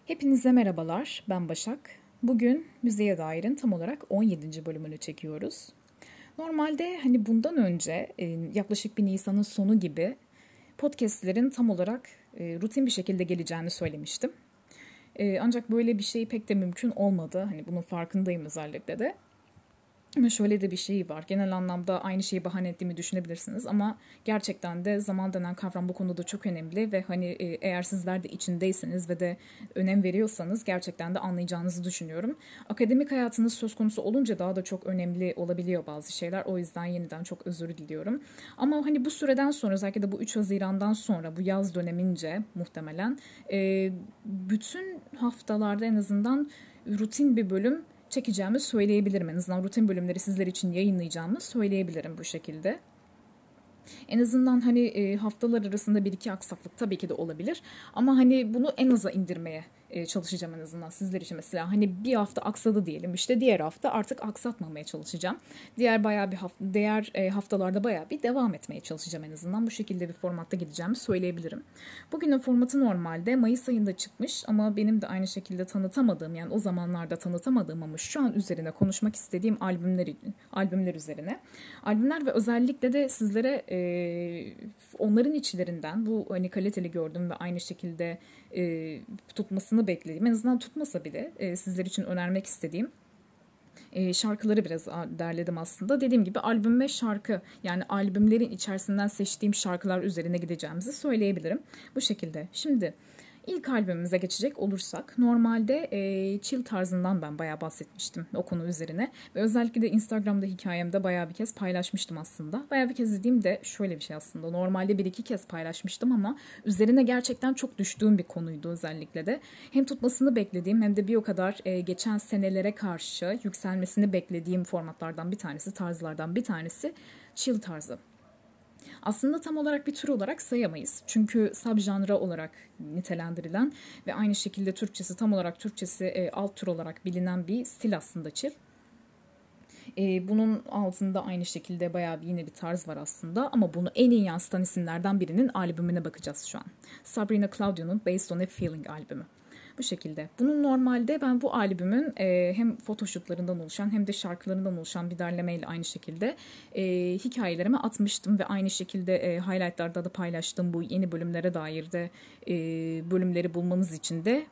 Hepinize merhabalar, ben Başak. Bugün Müziğe Dair'in tam olarak 17. bölümünü çekiyoruz. Normalde hani bundan önce yaklaşık bir Nisan'ın sonu gibi podcastlerin tam olarak rutin bir şekilde geleceğini söylemiştim. Ancak böyle bir şey pek de mümkün olmadı. Hani bunun farkındayım özellikle de. Ama şöyle de bir şey var. Genel anlamda aynı şeyi bahane ettiğimi düşünebilirsiniz ama gerçekten de zaman denen kavram bu konuda çok önemli ve hani eğer sizler de içindeyseniz ve de önem veriyorsanız gerçekten de anlayacağınızı düşünüyorum. Akademik hayatınız söz konusu olunca daha da çok önemli olabiliyor bazı şeyler. O yüzden yeniden çok özür diliyorum. Ama hani bu süreden sonra özellikle de bu 3 Haziran'dan sonra bu yaz dönemince muhtemelen bütün haftalarda en azından rutin bir bölüm çekeceğimi söyleyebilirim. En azından rutin bölümleri sizler için yayınlayacağımı söyleyebilirim bu şekilde. En azından hani haftalar arasında bir iki aksaklık tabii ki de olabilir. Ama hani bunu en aza indirmeye çalışacağım en azından sizler için. Mesela hani bir hafta aksadı diyelim, işte diğer hafta artık aksatmamaya çalışacağım. Diğer haftalarda bayağı bir devam etmeye çalışacağım en azından. Bu şekilde bir formatta gideceğimi söyleyebilirim. Bugünün formatı normalde Mayıs ayında çıkmış ama benim de aynı şekilde tanıtamadığım, yani o zamanlarda tanıtamadığım ama şu an üzerine konuşmak istediğim albümler üzerine. Albümler ve özellikle de sizlere onların içlerinden bu hani kaliteli gördüm ve aynı şekilde tutmasını beklediğim, en azından tutmasa bile sizler için önermek istediğim şarkıları biraz derledim aslında. Dediğim gibi albüm ve şarkı, yani albümlerin içerisinden seçtiğim şarkılar üzerine gideceğimizi söyleyebilirim. Bu şekilde. Şimdi İlk albümümüze geçecek olursak normalde chill tarzından ben bayağı bahsetmiştim o konu üzerine ve özellikle de Instagram'da hikayemde bayağı bir kez paylaşmıştım aslında. Bayağı bir kez dediğimde şöyle bir şey aslında, normalde bir iki kez paylaşmıştım ama üzerine gerçekten çok düştüğüm bir konuydu özellikle de. Hem tutmasını beklediğim hem de bir o kadar geçen senelere karşı yükselmesini beklediğim formatlardan bir tanesi, tarzlardan bir tanesi chill tarzı. Aslında tam olarak bir tür olarak sayamayız. Çünkü subjanra olarak nitelendirilen ve aynı şekilde tam olarak Türkçesi alt tür olarak bilinen bir stil aslında chill. Bunun altında aynı şekilde bayağı yine bir tarz var aslında ama bunu en iyi yansıtan isimlerden birinin albümüne bakacağız şu an. Sabrina Claudio'nun Based on a Feeling albümü. Bu şekilde. Bunun normalde ben bu albümün hem photoshootlarından oluşan hem de şarkılarından oluşan bir derlemeyle aynı şekilde hikayelerime atmıştım ve aynı şekilde highlightlarda da paylaştığım bu yeni bölümlere dair de bölümleri bulmanız için de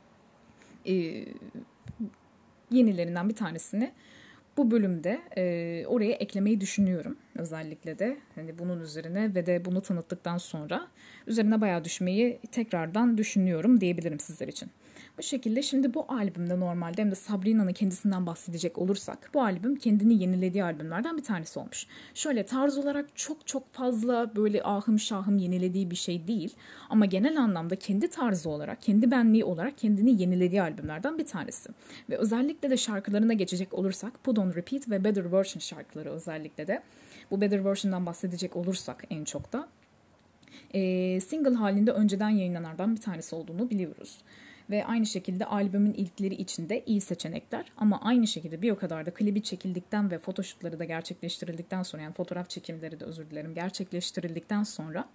e, yenilerinden bir tanesini bu bölümde oraya eklemeyi düşünüyorum. Özellikle de hani bunun üzerine ve de bunu tanıttıktan sonra üzerine bayağı düşmeyi tekrardan düşünüyorum diyebilirim sizler için. Bu şekilde şimdi bu albümde normalde hem de Sabrina'nın kendisinden bahsedecek olursak bu albüm kendini yenilediği albümlerden bir tanesi olmuş. Şöyle tarz olarak çok çok fazla böyle ahım şahım yenilediği bir şey değil ama genel anlamda kendi tarzı olarak, kendi benliği olarak kendini yenilediği albümlerden bir tanesi. Ve özellikle de şarkılarına geçecek olursak Put on Repeat ve Better Version şarkıları özellikle de. Bu Better Version'dan bahsedecek olursak en çok da single halinde önceden yayınlananlardan bir tanesi olduğunu biliyoruz. Ve aynı şekilde albümün ilkleri içinde iyi seçenekler ama aynı şekilde bir o kadar da klibi çekildikten ve photoshootları da gerçekleştirildikten sonra, yani fotoğraf çekimleri de özür dilerim gerçekleştirildikten sonra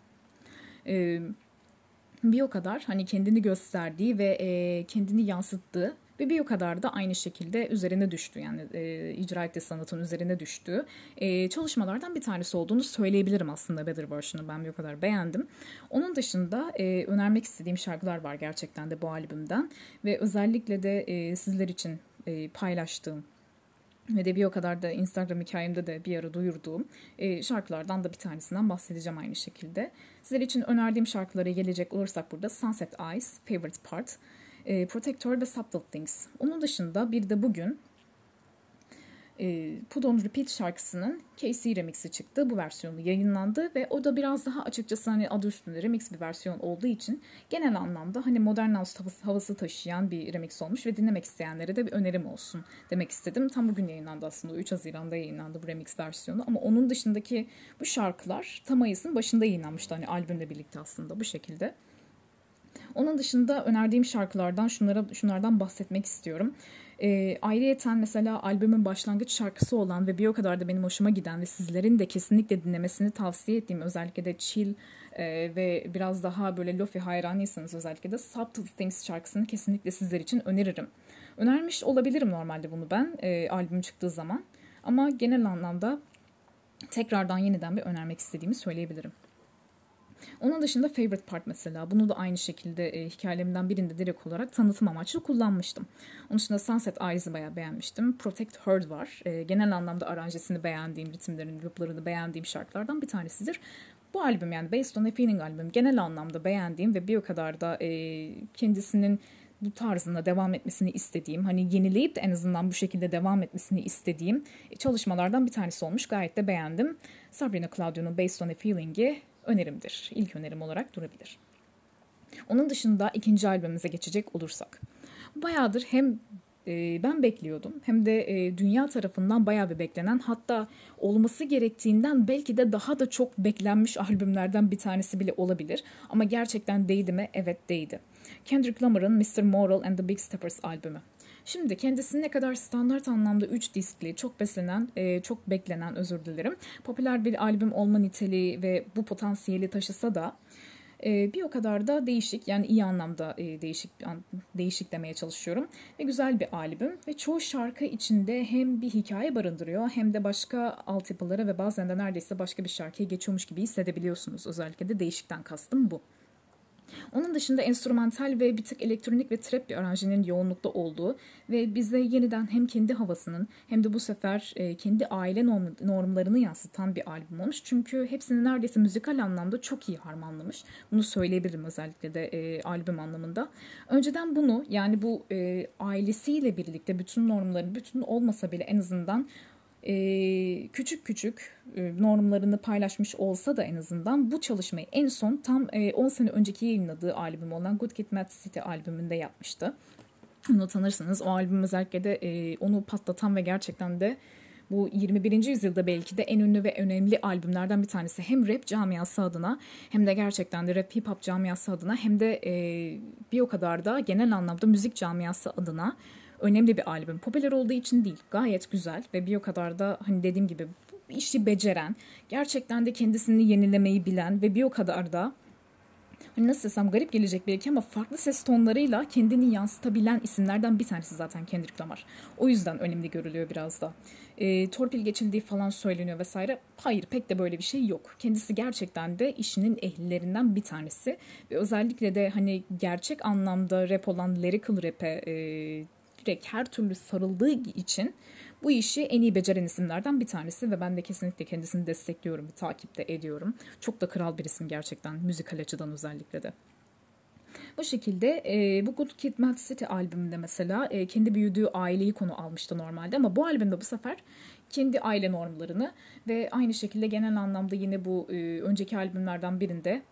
bir o kadar hani kendini gösterdiği ve kendini yansıttığı ve bir o kadar da aynı şekilde üzerine düştü, yani icra ettiği sanatın üzerine düştüğü çalışmalardan bir tanesi olduğunu söyleyebilirim aslında. Better Version'ı ben bir o kadar beğendim. Onun dışında önermek istediğim şarkılar var gerçekten de bu albümden ve özellikle de sizler için paylaştığım ve de bir o kadar da Instagram hikayemde de bir ara duyurduğum şarkılardan da bir tanesinden bahsedeceğim aynı şekilde. Sizler için önerdiğim şarkılara gelecek olursak burada Sunset Eyes, Favorite Part, Protector ve Subtle Things. Onun dışında bir de bugün Put on Repeat şarkısının KC remix'i çıktı. Bu versiyonu yayınlandı ve o da biraz daha açıkçası hani adı üstünde remix bir versiyon olduğu için genel anlamda hani modern house havası taşıyan bir remix olmuş ve dinlemek isteyenlere de bir önerim olsun demek istedim. Tam bugün yayınlandı aslında. 3 Haziran'da yayınlandı bu remix versiyonu ama onun dışındaki bu şarkılar tam Mayıs'ın başında yayınlanmıştı hani albümle birlikte aslında bu şekilde. Onun dışında önerdiğim şarkılardan şunlardan bahsetmek istiyorum. Ayrıyeten mesela albümün başlangıç şarkısı olan ve bir o kadar da benim hoşuma giden ve sizlerin de kesinlikle dinlemesini tavsiye ettiğim, özellikle de chill ve biraz daha böyle lofi hayranıysanız özellikle de Subtle Things şarkısını kesinlikle sizler için öneririm. Önermiş olabilirim normalde bunu ben albüm çıktığı zaman, ama genel anlamda tekrardan yeniden bir önermek istediğimi söyleyebilirim. Onun dışında Favorite Part mesela. Bunu da aynı şekilde hikayelerimden birinde direkt olarak tanıtım amaçlı kullanmıştım. Onun dışında Sunset Eyes'ı bayağı beğenmiştim. Protect Her var. Genel anlamda aranjesini beğendiğim, ritimlerini, looplarını beğendiğim şarkılardan bir tanesidir. Bu albüm, yani Based on a Feeling albüm, genel anlamda beğendiğim ve bir o kadar da kendisinin bu tarzında devam etmesini istediğim, hani yenileyip de en azından bu şekilde devam etmesini istediğim çalışmalardan bir tanesi olmuş. Gayet de beğendim. Sabrina Claudio'nun Based on a Feeling'i önerimdir. İlk önerim olarak durabilir. Onun dışında ikinci albümümüze geçecek olursak. Bayağıdır hem ben bekliyordum hem de dünya tarafından bayağı bir beklenen, hatta olması gerektiğinden belki de daha da çok beklenmiş albümlerden bir tanesi bile olabilir. Ama gerçekten değdi mi? Evet, değdi. Kendrick Lamar'ın Mr. Moral and the Big Steppers albümü. Şimdi kendisi ne kadar standart anlamda 3 diskli, çok beklenen, popüler bir albüm olma niteliği ve bu potansiyeli taşısa da bir o kadar da değişik, yani iyi anlamda değişik demeye çalışıyorum. Ve güzel bir albüm ve çoğu şarkı içinde hem bir hikaye barındırıyor hem de başka altyapılara ve bazen de neredeyse başka bir şarkıya geçiyormuş gibi hissedebiliyorsunuz. Özellikle de değişikten kastım bu. Onun dışında enstrümantal ve bir tık elektronik ve trap bir aranjenin yoğunlukta olduğu ve bize yeniden hem kendi havasının hem de bu sefer kendi aile normlarını yansıtan bir albüm olmuş. Çünkü hepsini neredeyse müzikal anlamda çok iyi harmanlamış. Bunu söyleyebilirim, özellikle de albüm anlamında. Önceden bunu, yani bu ailesiyle birlikte bütün normların, bütün olmasa bile en azından küçük küçük normlarını paylaşmış olsa da en azından bu çalışmayı en son tam 10 sene önceki yayınladığı albüm olan Good Kid, Mad City albümünde yapmıştı. Onu tanırsınız. O albüm özellikle de onu patlatan ve gerçekten de bu 21. yüzyılda belki de en ünlü ve önemli albümlerden bir tanesi. Hem rap camiası adına hem de gerçekten de rap hip hop camiası adına hem de bir o kadar da genel anlamda müzik camiası adına önemli bir albüm. Popüler olduğu için değil, gayet güzel ve bir o kadar da hani dediğim gibi işi beceren, gerçekten de kendisini yenilemeyi bilen ve bir o kadar da hani nasıl desem garip gelecek belki ama farklı ses tonlarıyla kendini yansıtabilen isimlerden bir tanesi zaten Kendrick Lamar. O yüzden önemli görülüyor biraz da. Torpil geçildiği falan söyleniyor vesaire. Hayır, pek de böyle bir şey yok. Kendisi gerçekten de işinin ehlilerinden bir tanesi. Ve özellikle de hani gerçek anlamda rap olan lyrical rap'e direkt her türlü sarıldığı için bu işi en iyi beceren isimlerden bir tanesi ve ben de kesinlikle kendisini destekliyorum, takip de ediyorum. Çok da kral bir isim gerçekten, müzikal açıdan özellikle de. Bu şekilde bu Good Kid, Mad City albümünde mesela kendi büyüdüğü aileyi konu almıştı normalde, ama bu albümde bu sefer kendi aile normlarını ve aynı şekilde genel anlamda yine bu önceki albümlerden birinde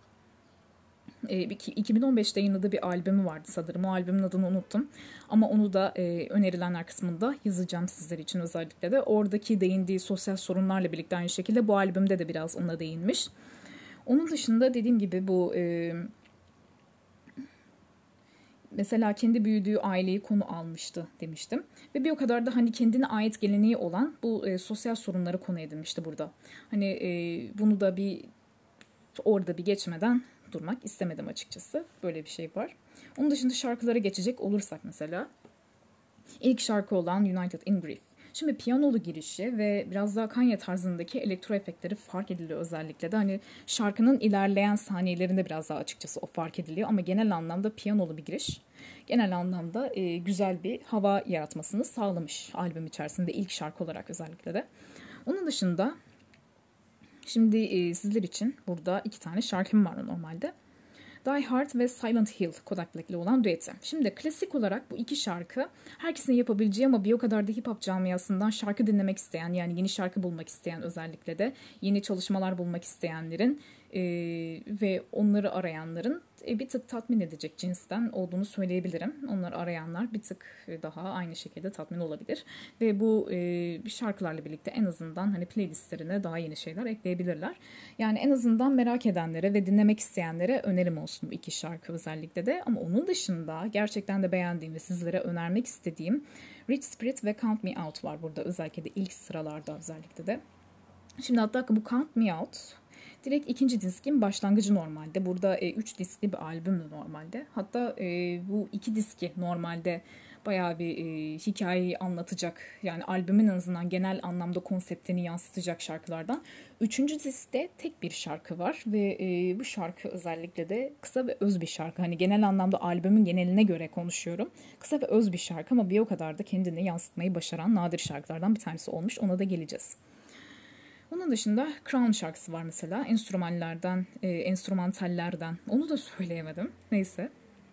2015'te yayınladığı bir albümü vardı sanırım. O albümün adını unuttum. Ama onu da önerilenler kısmında yazacağım sizler için özellikle de. Oradaki değindiği sosyal sorunlarla birlikte aynı şekilde bu albümde de biraz ona değinmiş. Onun dışında dediğim gibi bu mesela kendi büyüdüğü aileyi konu almıştı demiştim. Ve bir o kadar da hani kendine ait geleneği olan bu sosyal sorunları konu edinmişti burada. Hani bunu da orada bir geçmeden durmak istemedim açıkçası. Böyle bir şey var. Onun dışında şarkılara geçecek olursak mesela ilk şarkı olan United in Grief. Şimdi piyanolu girişi ve biraz daha Kanye tarzındaki elektro efektleri fark ediliyor özellikle de. Hani şarkının ilerleyen saniyelerinde biraz daha açıkçası o fark ediliyor. Ama genel anlamda piyanolu bir giriş. Genel anlamda güzel bir hava yaratmasını sağlamış albüm içerisinde ilk şarkı olarak özellikle de. Onun dışında şimdi sizler için burada 2 tane şarkım var normalde. Die Hard ve Silent Hill, Kodak Black ile olan düeti. Şimdi klasik olarak bu 2 şarkı herkesin yapabileceği ama bir o kadar da hip hop camiasından şarkı dinlemek isteyen, yani yeni şarkı bulmak isteyen, özellikle de yeni çalışmalar bulmak isteyenlerin ve onları arayanların bir tık tatmin edecek cinsten olduğunu söyleyebilirim. Onları arayanlar bir tık daha aynı şekilde tatmin olabilir. Ve bu şarkılarla birlikte en azından hani playlistlerine daha yeni şeyler ekleyebilirler. Yani en azından merak edenlere ve dinlemek isteyenlere önerim olsun bu iki şarkı özellikle de. Ama onun dışında gerçekten de beğendiğim ve sizlere önermek istediğim Rich Spirit ve Count Me Out var burada, özellikle de ilk sıralarda özellikle de. Şimdi hatta bu Count Me Out direkt ikinci diskin başlangıcı normalde. Burada 3 diskli bir albümdü normalde. Hatta bu 2 diski normalde bayağı bir hikayeyi anlatacak. Yani albümün en azından genel anlamda konseptini yansıtacak şarkılardan. Üçüncü diskte tek bir şarkı var ve bu şarkı özellikle de kısa ve öz bir şarkı. Hani genel anlamda albümün geneline göre konuşuyorum. Kısa ve öz bir şarkı ama bir o kadar da kendini yansıtmayı başaran nadir şarkılardan bir tanesi olmuş. Ona da geleceğiz. Onun dışında Crown şarkısı var mesela. Enstrümantallerden. Onu da söyleyemedim. Neyse.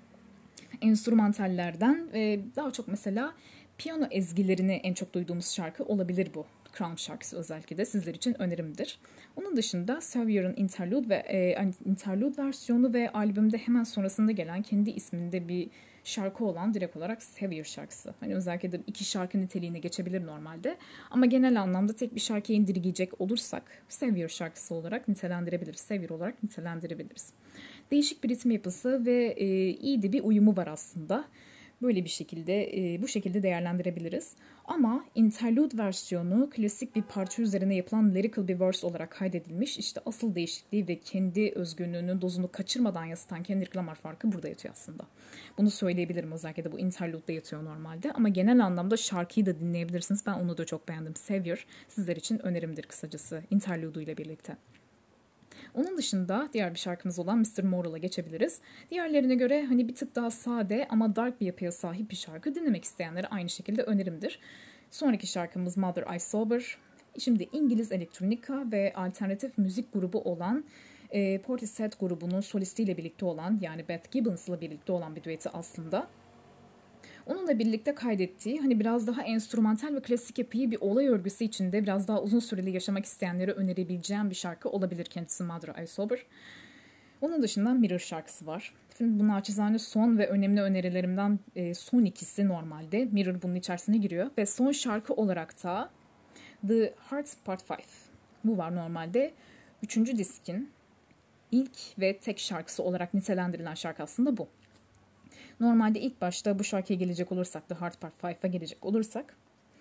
Enstrümantallerden ve daha çok mesela piyano ezgilerini en çok duyduğumuz şarkı olabilir bu. Crown şarkısı özellikle de sizler için önerimdir. Onun dışında Savior'ın interlude ve interlude versiyonu ve albümde hemen sonrasında gelen kendi isminde bir şarkı olan direkt olarak Savior şarkısı. Hani özellikle de 2 şarkı niteliğine geçebilir normalde. Ama genel anlamda tek bir şarkıya indirgeyecek olursak Savior şarkısı olarak nitelendirebiliriz. Savior olarak nitelendirebiliriz. Değişik bir ritim yapısı ve iyi de bir uyumu var aslında. Böyle bir şekilde, bu şekilde değerlendirebiliriz. Ama interlude versiyonu klasik bir parça üzerine yapılan lyrical bir verse olarak kaydedilmiş. İşte asıl değişikliği ve kendi özgünlüğünün dozunu kaçırmadan yansıtan Kendrick Lamar farkı burada yatıyor aslında. Bunu söyleyebilirim, özellikle de bu interlude'da yatıyor normalde. Ama genel anlamda şarkıyı da dinleyebilirsiniz. Ben onu da çok beğendim. Savior sizler için önerimdir kısacası interlude ile birlikte. Onun dışında diğer bir şarkımız olan Mr. Moral'a geçebiliriz. Diğerlerine göre hani bir tık daha sade ama dark bir yapıya sahip bir şarkı, dinlemek isteyenlere aynı şekilde önerimdir. Sonraki şarkımız Mother I Sober. Şimdi İngiliz elektronika ve alternatif müzik grubu olan Portishead grubunun solistiyle birlikte olan, yani Beth Gibbons'la birlikte olan bir düeti aslında. Onunla birlikte kaydettiği hani biraz daha enstrümantal ve klasik yapıyı bir olay örgüsü içinde biraz daha uzun süreli yaşamak isteyenlere önerebileceğim bir şarkı olabilir kendisi Mother I Sober. Onun dışında Mirror şarkısı var. Şimdi bu naçizane son ve önemli önerilerimden son ikisi normalde. Mirror bunun içerisine giriyor ve son şarkı olarak da The Heart Part 5. Bu var normalde. 3. diskin ilk ve tek şarkısı olarak nitelendirilen şarkı aslında bu. Normalde ilk başta bu şarkıya gelecek olursak, The Heart Part 5'e gelecek olursak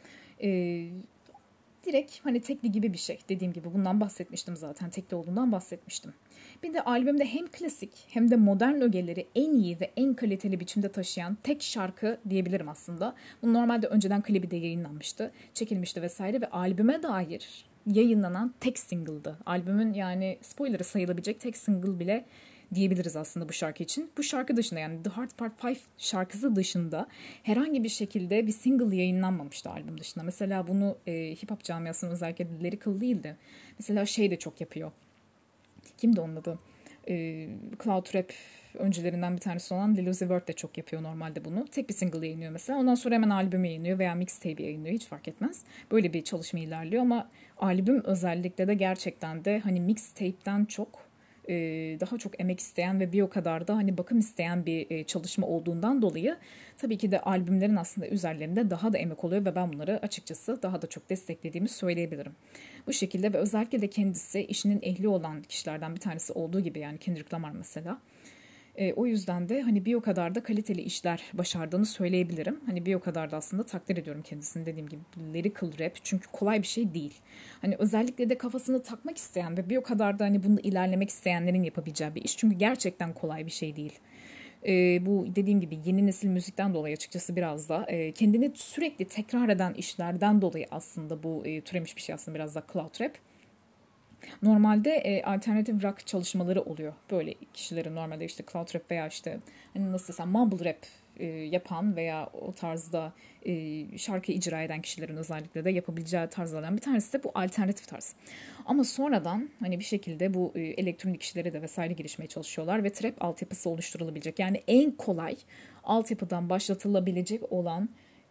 direkt hani tekli gibi bir şey. Dediğim gibi bundan bahsetmiştim zaten. Tekli olduğundan bahsetmiştim. Bir de albümde hem klasik hem de modern ögeleri en iyi ve en kaliteli biçimde taşıyan tek şarkı diyebilirim aslında. Bu normalde önceden klibi de yayınlanmıştı. Çekilmişti vesaire ve albüme dair yayınlanan tek single'dı. Albümün yani spoilerı sayılabilecek tek single bile diyebiliriz aslında bu şarkı için. Bu şarkı dışında, yani The Heart Part 5 şarkısı dışında herhangi bir şekilde bir single yayınlanmamıştı albüm dışında. Mesela bunu hip hop camiasının özellikle lyrical değil de mesela şey de çok yapıyor. Kimdi onun adı? Cloud Rap öncülerinden bir tanesi olan Lil Uzi Vert de çok yapıyor normalde bunu. Tek bir single yayınlıyor mesela. Ondan sonra hemen albüm yayınlıyor veya mixtape yayınlıyor. Hiç fark etmez. Böyle bir çalışma ilerliyor ama albüm özellikle de gerçekten de hani mixtape'den çok daha çok emek isteyen ve bir o kadar da hani bakım isteyen bir çalışma olduğundan dolayı tabii ki de albümlerin aslında üzerlerinde daha da emek oluyor ve ben bunları açıkçası daha da çok desteklediğimi söyleyebilirim. Bu şekilde ve özellikle de kendisi işinin ehli olan kişilerden bir tanesi olduğu gibi, yani Kendrick Lamar mesela. O yüzden de hani bir o kadar da kaliteli işler başardığını söyleyebilirim. Hani bir o kadar da aslında takdir ediyorum kendisini, dediğim gibi lyrical rap, çünkü kolay bir şey değil. Hani özellikle de kafasını takmak isteyen ve bir o kadar da hani bunu ilerlemek isteyenlerin yapabileceği bir iş. Çünkü gerçekten kolay bir şey değil. Bu dediğim gibi yeni nesil müzikten dolayı açıkçası biraz da kendini sürekli tekrar eden işlerden dolayı aslında bu türemiş bir şey aslında biraz da cloud rap. Normalde alternatif rock çalışmaları oluyor. Böyle kişilerin normalde işte cloud rap veya işte hani nasıl desem mumble rap yapan veya o tarzda şarkı icra eden kişilerin özellikle de yapabileceği tarzlardan bir tanesi de bu alternatif tarz. Ama sonradan hani bir şekilde bu elektronik işlere de vesaire girişmeye çalışıyorlar ve trap altyapısı oluşturulabilecek. Yani en kolay altyapıdan başlatılabilecek olan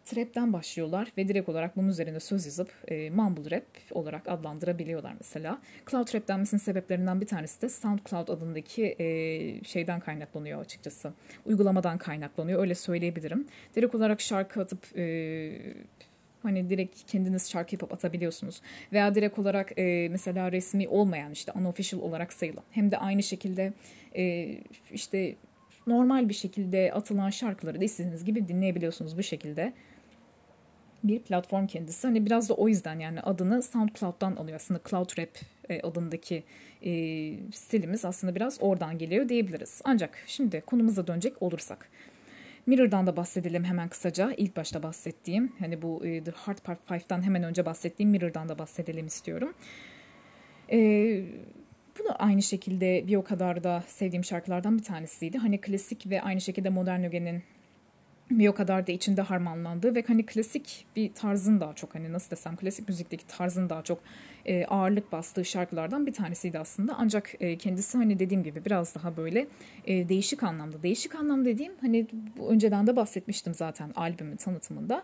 Trap'ten başlıyorlar ve direkt olarak bunun üzerine söz yazıp mumble rap olarak adlandırabiliyorlar mesela. Cloud Rap denmesinin sebeplerinden bir tanesi de SoundCloud adındaki şeyden kaynaklanıyor açıkçası. Uygulamadan kaynaklanıyor, öyle söyleyebilirim. Direkt olarak şarkı atıp hani direkt kendiniz şarkı yapıp atabiliyorsunuz. Veya direkt olarak mesela resmi olmayan işte unofficial olarak sayılan hem de aynı şekilde işte normal bir şekilde atılan şarkıları da istediğiniz gibi dinleyebiliyorsunuz bu şekilde. Bir platform kendisi. Hani biraz da o yüzden yani adını SoundCloud'dan alıyor. Aslında Cloud Rap adındaki stilimiz aslında biraz oradan geliyor diyebiliriz. Ancak şimdi konumuza dönecek olursak. Mirror'dan da bahsedelim hemen kısaca. İlk başta bahsettiğim hani bu The Hard Part 5'ten hemen önce bahsettiğim Mirror'dan da bahsedelim istiyorum. E, Bu da aynı şekilde bir o kadar da sevdiğim şarkılardan bir tanesiydi. Hani klasik ve aynı şekilde modern ögenin bir o kadar da içinde harmanlandığı ve hani klasik bir tarzın daha çok hani nasıl desem klasik müzikteki tarzın daha çok ağırlık bastığı şarkılardan bir tanesiydi aslında. Ancak kendisi hani dediğim gibi biraz daha böyle değişik anlamda. Değişik anlam dediğim hani bu önceden de bahsetmiştim zaten albümün tanıtımında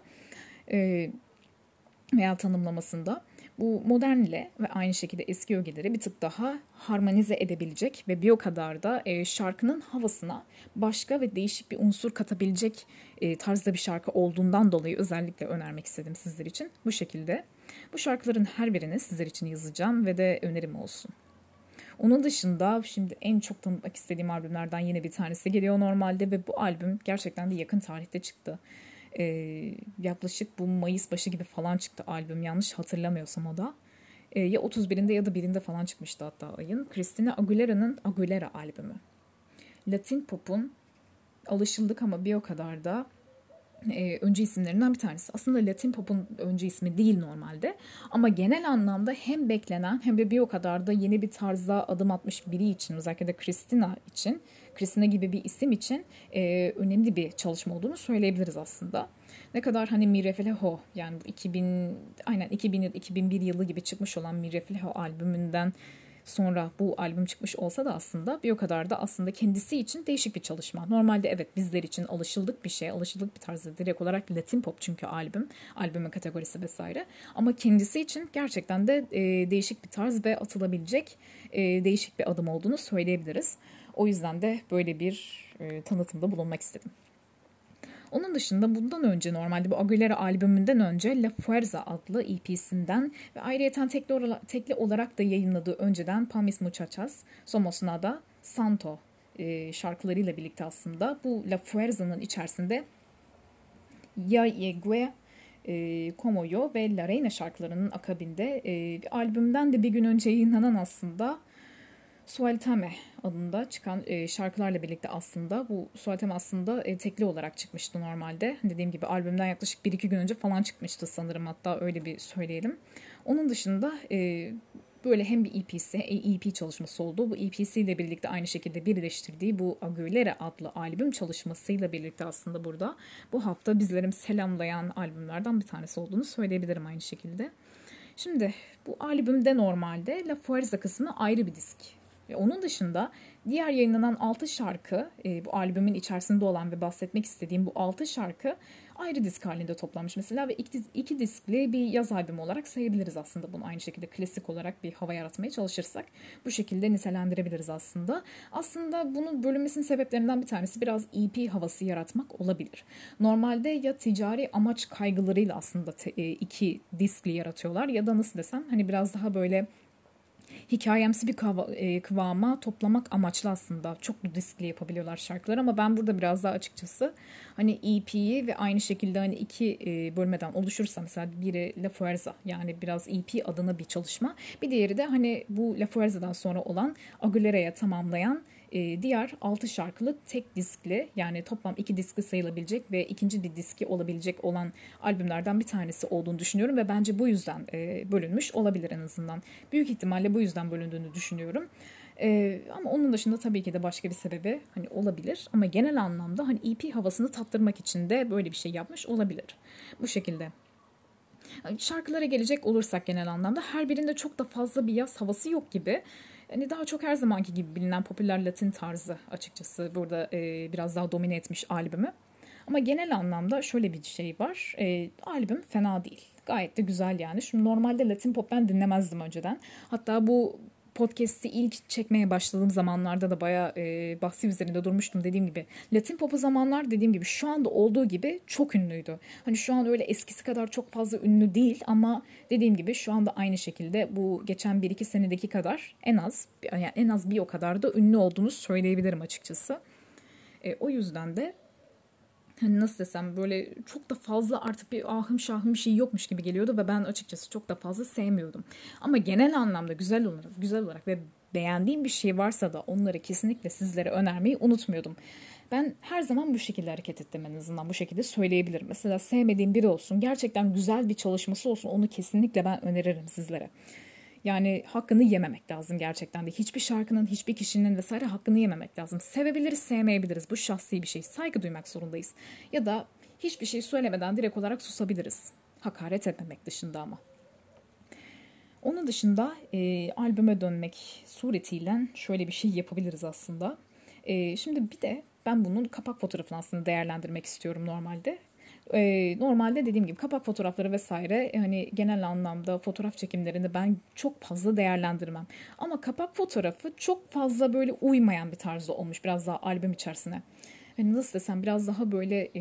veya tanımlamasında. Bu modernle ve aynı şekilde eski ögeleri bir tık daha harmonize edebilecek ve bir o kadar da şarkının havasına başka ve değişik bir unsur katabilecek tarzda bir şarkı olduğundan dolayı özellikle önermek istedim sizler için. Bu şekilde bu şarkıların her birini sizler için yazacağım ve de önerim olsun. Onun dışında şimdi en çok tanıtmak istediğim albümlerden yine bir tanesi geliyor normalde ve bu albüm gerçekten de yakın tarihte çıktı. Yaklaşık bu Mayıs başı gibi falan çıktı albüm, yanlış hatırlamıyorsam o da. Ya 31'inde ya da 1'inde falan çıkmıştı hatta ayın. Christina Aguilera'nın Aguilera albümü. Latin pop'un alışıldık ama bir o kadar da öncü isimlerinden bir tanesi. Aslında Latin pop'un öncü ismi değil normalde. Ama genel anlamda hem beklenen hem de bir o kadar da yeni bir tarza adım atmış biri için, özellikle de Christina için, Christina gibi bir isim için önemli bir çalışma olduğunu söyleyebiliriz aslında. Ne kadar hani Mi Re Fe La Ho, yani 2000 aynen 2001 yılı gibi çıkmış olan Mi Re Fe La Ho albümünden sonra bu albüm çıkmış olsa da aslında bir o kadar da aslında kendisi için değişik bir çalışma. Normalde evet bizler için alışıldık bir şey, alışıldık bir tarzda direkt olarak Latin pop çünkü albümün kategorisi vesaire. Ama kendisi için gerçekten de değişik bir tarz ve atılabilecek değişik bir adım olduğunu söyleyebiliriz. O yüzden de böyle bir tanıtımda bulunmak istedim. Onun dışında bundan önce normalde bu Aguilera albümünden önce La Fuerza adlı EP'sinden ve ayrıyeten tekli olarak da yayınladığı önceden Pa Mis Muchachas, Somos Nada, Santo şarkılarıyla birlikte aslında bu La Fuerza'nın içerisinde Ya Yegue, Como Yo ve La Reina şarkılarının akabinde bir albümden de bir gün önce yayınlanan aslında Sueltame adında çıkan şarkılarla birlikte aslında bu Sueltame aslında tekli olarak çıkmıştı normalde. Dediğim gibi albümden yaklaşık 1-2 gün önce falan çıkmıştı sanırım, hatta öyle bir söyleyelim. Onun dışında böyle hem bir EP çalışması oldu. Bu EP'si ile birlikte aynı şekilde birleştirdiği bu Aguilera adlı albüm çalışmasıyla birlikte aslında burada bu hafta bizlerim selamlayan albümlerden bir tanesi olduğunu söyleyebilirim aynı şekilde. Şimdi bu albümde normalde La Fuerza kısmı ayrı bir disk. Ve onun dışında diğer yayınlanan 6 şarkı, bu albümün içerisinde olan ve bahsetmek istediğim bu 6 şarkı ayrı disk halinde toplanmış mesela ve iki diskli bir yaz albümü olarak sayabiliriz aslında bunu, aynı şekilde klasik olarak bir hava yaratmaya çalışırsak bu şekilde nitelendirebiliriz aslında. Aslında bunun bölünmesinin sebeplerinden bir tanesi biraz EP havası yaratmak olabilir. Normalde ya ticari amaç kaygılarıyla aslında iki diskli yaratıyorlar ya da nasıl desem hani biraz daha böyle hikayemsi bir kıvama toplamak amaçlı aslında çoklu diskli yapabiliyorlar şarkılar, ama ben burada biraz daha açıkçası hani EP'yi ve aynı şekilde hani iki bölmeden oluşursa, mesela biri La Fuerza, yani biraz EP adına bir çalışma, bir diğeri de hani bu La Fuerza'dan sonra olan Aguilera'ya tamamlayan diğer 6 şarkılık tek diskli, yani toplam 2 diskli sayılabilecek ve ikinci bir diski olabilecek olan albümlerden bir tanesi olduğunu düşünüyorum ve bence bu yüzden bölünmüş olabilir en azından. Büyük ihtimalle bu yüzden bölündüğünü düşünüyorum. Ama onun dışında tabii ki de başka bir sebebi hani olabilir. Ama genel anlamda hani EP havasını tattırmak için de böyle bir şey yapmış olabilir. Bu şekilde. Şarkılara gelecek olursak genel anlamda her birinde çok da fazla bir yaz havası yok gibi. Yani daha çok her zamanki gibi bilinen popüler Latin tarzı açıkçası burada biraz daha domine etmiş albümü. Ama genel anlamda şöyle bir şey var. Albüm fena değil. Gayet de güzel yani. Şimdi normalde Latin pop ben dinlemezdim önceden. Hatta bu podcast'i ilk çekmeye başladığım zamanlarda da bayağı bahsi üzerinde durmuştum dediğim gibi. Latin pop'u zamanlar dediğim gibi şu anda olduğu gibi çok ünlüydü. Hani şu an öyle eskisi kadar çok fazla ünlü değil ama dediğim gibi şu anda aynı şekilde bu geçen 1-2 senedeki kadar en az bir o kadar da ünlü olduğunu söyleyebilirim açıkçası. O yüzden de hani nasıl desem böyle çok da fazla artık bir ahım şahım bir şey yokmuş gibi geliyordu ve ben açıkçası çok da fazla sevmiyordum. Ama genel anlamda güzel olarak ve beğendiğim bir şey varsa da onları kesinlikle sizlere önermeyi unutmuyordum. Ben her zaman bu şekilde hareket ettim, en azından bu şekilde söyleyebilirim. Mesela sevmediğim biri olsun, gerçekten güzel bir çalışması olsun, onu kesinlikle ben öneririm sizlere. Yani hakkını yememek lazım gerçekten de. Hiçbir şarkının, hiçbir kişinin vesaire hakkını yememek lazım. Sevebiliriz, sevmeyebiliriz. Bu şahsi bir şey. Saygı duymak zorundayız. Ya da hiçbir şey söylemeden direkt olarak susabiliriz. Hakaret etmemek dışında ama. Onun dışında albüme dönmek suretiyle şöyle bir şey yapabiliriz aslında. Şimdi bir de ben bunun kapak fotoğrafını aslında değerlendirmek istiyorum normalde. Normalde dediğim gibi kapak fotoğrafları vesaire hani genel anlamda fotoğraf çekimlerinde ben çok fazla değerlendirmem. Ama kapak fotoğrafı çok fazla böyle uymayan bir tarzda olmuş biraz daha albüm içerisine. Hani nasıl desem biraz daha böyle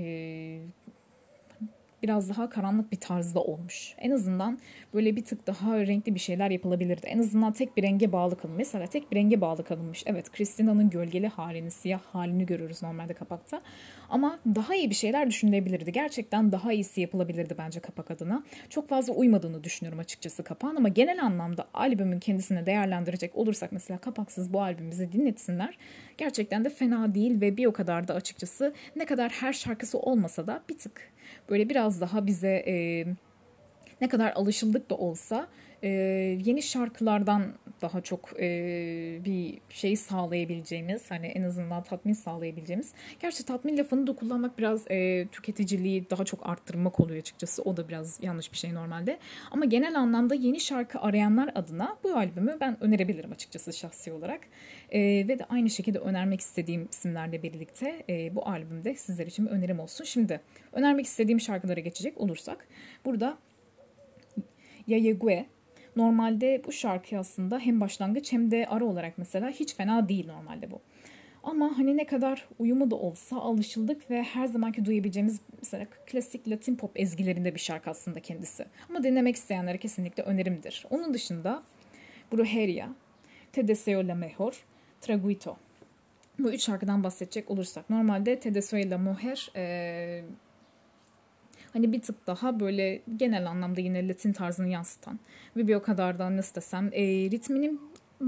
biraz daha karanlık bir tarzda olmuş. En azından böyle bir tık daha renkli bir şeyler yapılabilirdi. En azından tek bir renge bağlı kalın. Mesela tek bir renge bağlı kalınmış. Evet, Christina'nın gölgeli halini, siyah halini görürüz normalde kapakta. Ama daha iyi bir şeyler düşünülebilirdi. Gerçekten daha iyisi yapılabilirdi bence kapak adına. Çok fazla uymadığını düşünüyorum açıkçası kapağın ama genel anlamda albümün kendisine değerlendirecek olursak mesela kapaksız bu albümü bize dinletsinler. Gerçekten de fena değil ve bir o kadar da açıkçası ne kadar her şarkısı olmasa da bir tık böyle biraz daha bize ne kadar alışıldık da olsa yeni şarkılardan daha çok bir şey sağlayabileceğimiz, hani en azından tatmin sağlayabileceğimiz. Gerçi tatmin lafını da kullanmak biraz tüketiciliği daha çok arttırmak oluyor açıkçası. O da biraz yanlış bir şey normalde. Ama genel anlamda yeni şarkı arayanlar adına bu albümü ben önerebilirim açıkçası şahsi olarak. Ve de aynı şekilde önermek istediğim isimlerle birlikte bu albümde sizler için bir önerim olsun. Şimdi önermek istediğim şarkılara geçecek olursak burada Yayegue. Normalde bu şarkı aslında hem başlangıç hem de ara olarak mesela hiç fena değil normalde bu. Ama hani ne kadar uyumu da olsa alışıldık ve her zamanki duyabileceğimiz mesela klasik Latin pop ezgilerinde bir şarkı aslında kendisi. Ama dinlemek isteyenlere kesinlikle önerimdir. Onun dışında Brujeria, Te Deseo La Mejor, Traguito. Bu üç şarkıdan bahsedecek olursak normalde Te Deseo La Mujer hani bir tık daha böyle genel anlamda yine Latin tarzını yansıtan ve bir o kadar da nasıl desem ritminin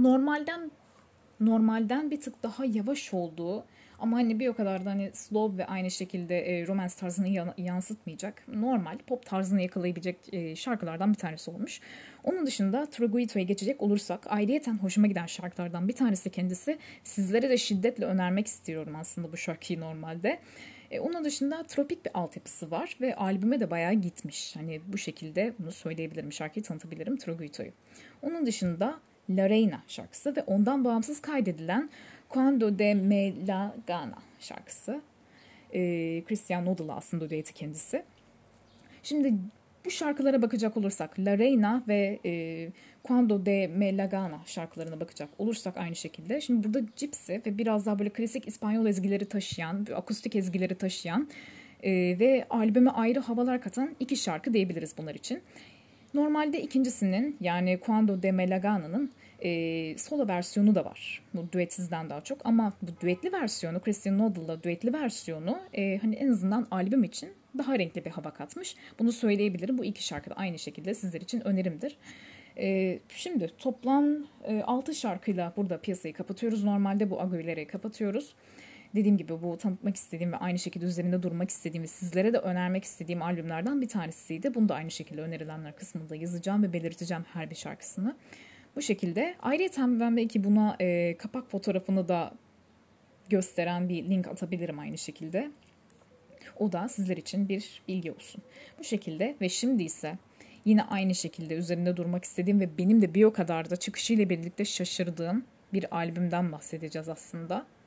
normalden bir tık daha yavaş olduğu ama hani bir o kadar da hani slow ve aynı şekilde romance tarzını yansıtmayacak normal pop tarzını yakalayabilecek şarkılardan bir tanesi olmuş. Onun dışında Troguito'ya geçecek olursak ayrıyeten hoşuma giden şarkılardan bir tanesi kendisi. Sizlere de şiddetle önermek istiyorum aslında bu şarkıyı normalde. Onun dışında tropik bir altyapısı var ve albüme de bayağı gitmiş. Hani bu şekilde bunu söyleyebilirim, şarkıyı tanıtabilirim Troguito'yu. Onun dışında La Reina şarkısı ve ondan bağımsız kaydedilen Cuando de Me La Gana şarkısı. Christian Noodle'la aslında düeti kendisi. Şimdi bu şarkılara bakacak olursak La Reina ve Cuando de Me La Gana şarkılarına bakacak olursak aynı şekilde. Şimdi burada Gypsy ve biraz daha böyle klasik İspanyol ezgileri taşıyan, akustik ezgileri taşıyan ve albüme ayrı havalar katan iki şarkı diyebiliriz bunlar için. Normalde ikincisinin yani Cuando de Me La Gana'nın solo versiyonu da var. Bu düetsizden daha çok ama bu düetli versiyonu, Christian Noodle'la düetli versiyonu hani en azından albüm için daha renkli bir hava katmış. Bunu söyleyebilirim. Bu iki şarkı da aynı şekilde sizler için önerimdir. Şimdi toplam 6 şarkıyla burada piyasayı kapatıyoruz. Normalde bu Aguilera'yı kapatıyoruz. Dediğim gibi bu tanıtmak istediğim ve aynı şekilde üzerinde durmak istediğim ve sizlere de önermek istediğim albümlerden bir tanesiydi. Bunu da aynı şekilde önerilenler kısmında yazacağım ve belirteceğim her bir şarkısını. Bu şekilde. Ayrıca ben belki buna kapak fotoğrafını da gösteren bir link atabilirim aynı şekilde. O da sizler için bir bilgi olsun. Bu şekilde ve şimdi ise yine aynı şekilde üzerinde durmak istediğim ve benim de bir o kadar da çıkışıyla birlikte şaşırdığım bir albümden bahsedeceğiz aslında.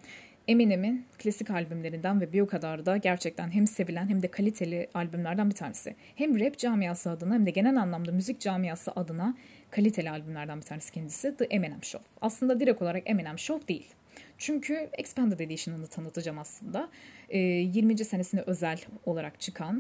Eminem'in klasik albümlerinden ve bir o kadar da gerçekten hem sevilen hem de kaliteli albümlerden bir tanesi. Hem rap camiası adına hem de genel anlamda müzik camiası adına kaliteli albümlerden bir tanesi kendisi The Eminem Show. Aslında direkt olarak Eminem Show değil. Çünkü Expanded Edition'ını tanıtacağım aslında. 20. senesine özel olarak çıkan,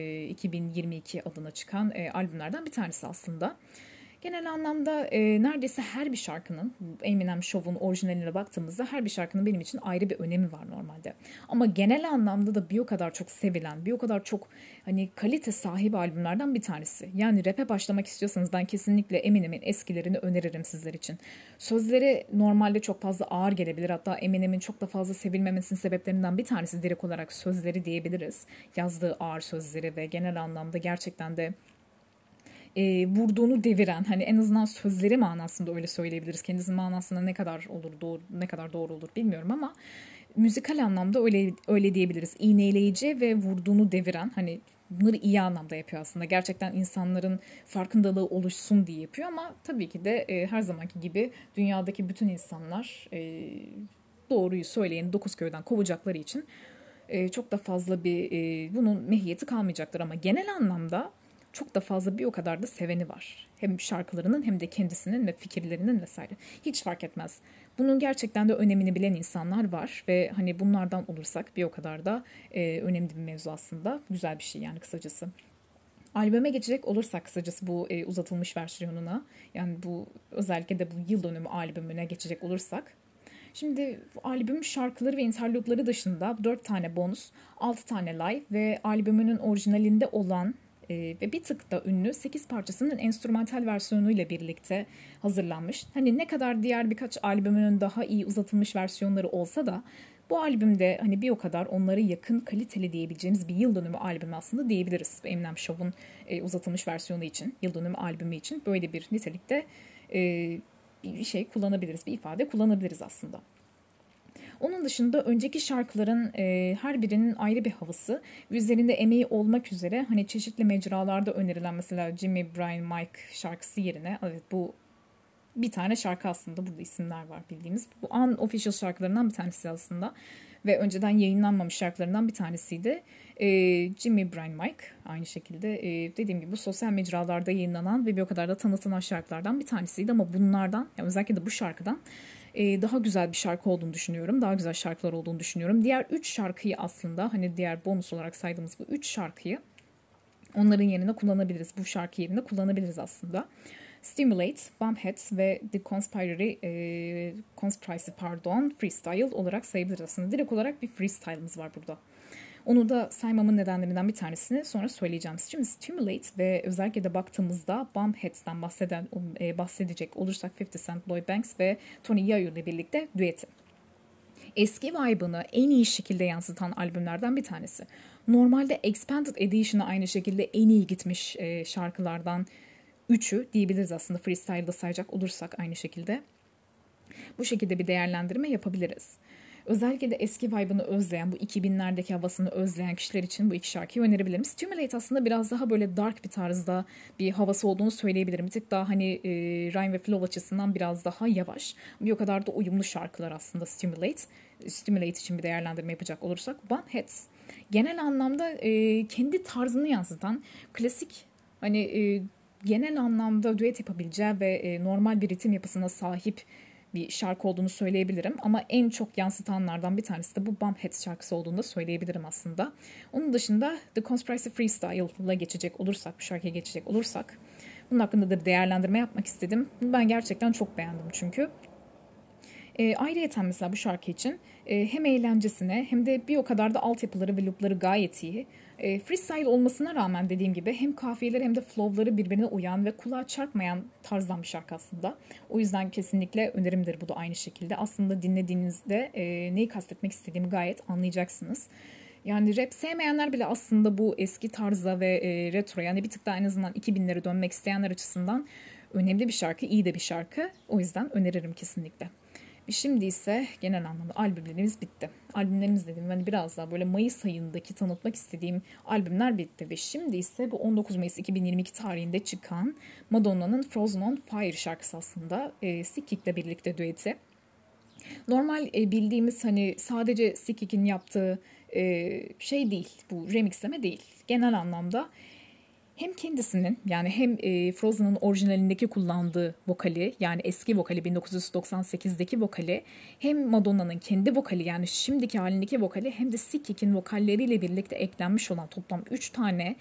2022 adına çıkan albümlerden bir tanesi aslında. Genel anlamda neredeyse her bir şarkının, Eminem Show'un orijinaline baktığımızda her bir şarkının benim için ayrı bir önemi var normalde. Ama genel anlamda da bir o kadar çok sevilen, bir o kadar çok hani kalite sahibi albümlerden bir tanesi. Yani rap'e başlamak istiyorsanız ben kesinlikle Eminem'in eskilerini öneririm sizler için. Sözleri normalde çok fazla ağır gelebilir. Hatta Eminem'in çok da fazla sevilmemesinin sebeplerinden bir tanesi direkt olarak sözleri diyebiliriz. Yazdığı ağır sözleri ve genel anlamda gerçekten de vurduğunu deviren, hani en azından sözleri manasında öyle söyleyebiliriz. Kendisinin manasında ne kadar olur doğru, ne kadar doğru olur bilmiyorum ama müzikal anlamda öyle diyebiliriz. İğneleyici ve vurduğunu deviren, hani bunları iyi anlamda yapıyor aslında. Gerçekten insanların farkındalığı oluşsun diye yapıyor ama tabii ki de her zamanki gibi dünyadaki bütün insanlar doğruyu söyleyeni dokuz köyden kovacakları için çok da fazla bir bunun mehiyeti kalmayacaktır ama genel anlamda çok da fazla bir o kadar da seveni var. Hem şarkılarının hem de kendisinin ve fikirlerinin vesaire. Hiç fark etmez. Bunun gerçekten de önemini bilen insanlar var ve hani bunlardan olursak bir o kadar da önemli bir mevzu aslında. Güzel bir şey yani kısacası. Albüme geçecek olursak kısacası bu uzatılmış versiyonuna, yani bu özellikle de bu yıl dönümü albümüne geçecek olursak, şimdi albüm şarkıları ve interlude'ları dışında 4 tane bonus, 6 tane live ve albümünün orijinalinde olan ve bir tık da ünlü 8 parçasının enstrümantal versiyonuyla birlikte hazırlanmış. Hani ne kadar diğer birkaç albümünün daha iyi uzatılmış versiyonları olsa da bu albümde hani bir o kadar onlara yakın kaliteli diyebileceğimiz bir yıl dönümü albümü aslında diyebiliriz. Eminem Show'un uzatılmış versiyonu için, yıl dönümü albümü için böyle bir nitelikte bir şey kullanabiliriz, bir ifade kullanabiliriz aslında. Onun dışında önceki şarkıların her birinin ayrı bir havası ve üzerinde emeği olmak üzere hani çeşitli mecralarda önerilen mesela Jimmy, Brian, Mike şarkısı yerine, evet bu bir tane şarkı aslında, burada isimler var bildiğimiz. Bu unofficial şarkılarından bir tanesi aslında ve önceden yayınlanmamış şarkılarından bir tanesiydi. Jimmy, Brian, Mike aynı şekilde dediğim gibi bu sosyal mecralarda yayınlanan ve bir o kadar da tanıtılan şarkılardan bir tanesiydi ama bunlardan, yani özellikle de bu şarkıdan daha güzel bir şarkı olduğunu düşünüyorum. Daha güzel şarkılar olduğunu düşünüyorum. Diğer 3 şarkıyı aslında hani diğer bonus olarak saydığımız bu 3 şarkıyı onların yerine kullanabiliriz. Bu şarkı yerine kullanabiliriz aslında. Stimulate, Bumpheads ve The Conspiracy Freestyle olarak sayabiliriz aslında. Direkt olarak bir freestyle'ımız var burada. Onu da saymamın nedenlerinden bir tanesini sonra söyleyeceğim. Şimdi Stimulate ve özellikle de baktığımızda Bumpheads'ten bahsedecek olursak 50 Cent, Lloyd Banks ve Tony Yayo ile birlikte düeti. Eski vibe'ını en iyi şekilde yansıtan albümlerden bir tanesi. Normalde Expanded Edition'a aynı şekilde en iyi gitmiş şarkılardan üçü diyebiliriz aslında, freestyle'da sayacak olursak aynı şekilde. Bu şekilde bir değerlendirme yapabiliriz. Özellikle de eski vibe'ını özleyen, bu 2000'lerdeki havasını özleyen kişiler için bu iki şarkıyı önerebilirim. Stimulate aslında biraz daha böyle dark bir tarzda bir havası olduğunu söyleyebilirim. Bir tık daha hani rhyme ve flow açısından biraz daha yavaş. Bir o kadar da uyumlu şarkılar aslında Stimulate. Stimulate için bir değerlendirme yapacak olursak Bunheads genel anlamda kendi tarzını yansıtan klasik, hani genel anlamda düet yapabileceği ve normal bir ritim yapısına sahip bir şarkı olduğunu söyleyebilirim. Ama en çok yansıtanlardan bir tanesi de bu Bumpheads şarkısı olduğunu da söyleyebilirim aslında. Onun dışında The Conspiracy Freestyle'la geçecek olursak, bu şarkıya geçecek olursak, bunun hakkında da bir değerlendirme yapmak istedim. Ben gerçekten çok beğendim çünkü. Ayrıyeten mesela bu şarkı için hem eğlencesine hem de bir o kadar da altyapıları ve loopları gayet iyi. Freestyle olmasına rağmen dediğim gibi hem kafiyeleri hem de flow'ları birbirine uyan ve kulağa çarpmayan tarzdan bir şarkı aslında. O yüzden kesinlikle önerimdir bu da aynı şekilde. Aslında dinlediğinizde neyi kastetmek istediğimi gayet anlayacaksınız. Yani rap sevmeyenler bile aslında bu eski tarza ve retro, yani bir tık daha en azından 2000'lere dönmek isteyenler açısından önemli bir şarkı, iyi de bir şarkı. O yüzden öneririm kesinlikle. Şimdi ise genel anlamda albümlerimiz bitti. Albümlerimiz dediğim hani biraz daha böyle Mayıs ayındaki tanıtmak istediğim albümler bitti. Ve şimdi ise bu 19 Mayıs 2022 tarihinde çıkan Madonna'nın Frozen on Fire şarkısı aslında Sikkik'le birlikte düeti. Normal bildiğimiz hani sadece Sikik'in yaptığı şey değil, bu remixleme değil. Genel anlamda hem kendisinin yani hem Frozen'ın orijinalindeki kullandığı vokali yani eski vokali 1998'deki vokali hem Madonna'nın kendi vokali yani şimdiki halindeki vokali hem de Sikik'in vokalleriyle birlikte eklenmiş olan toplam 3 tane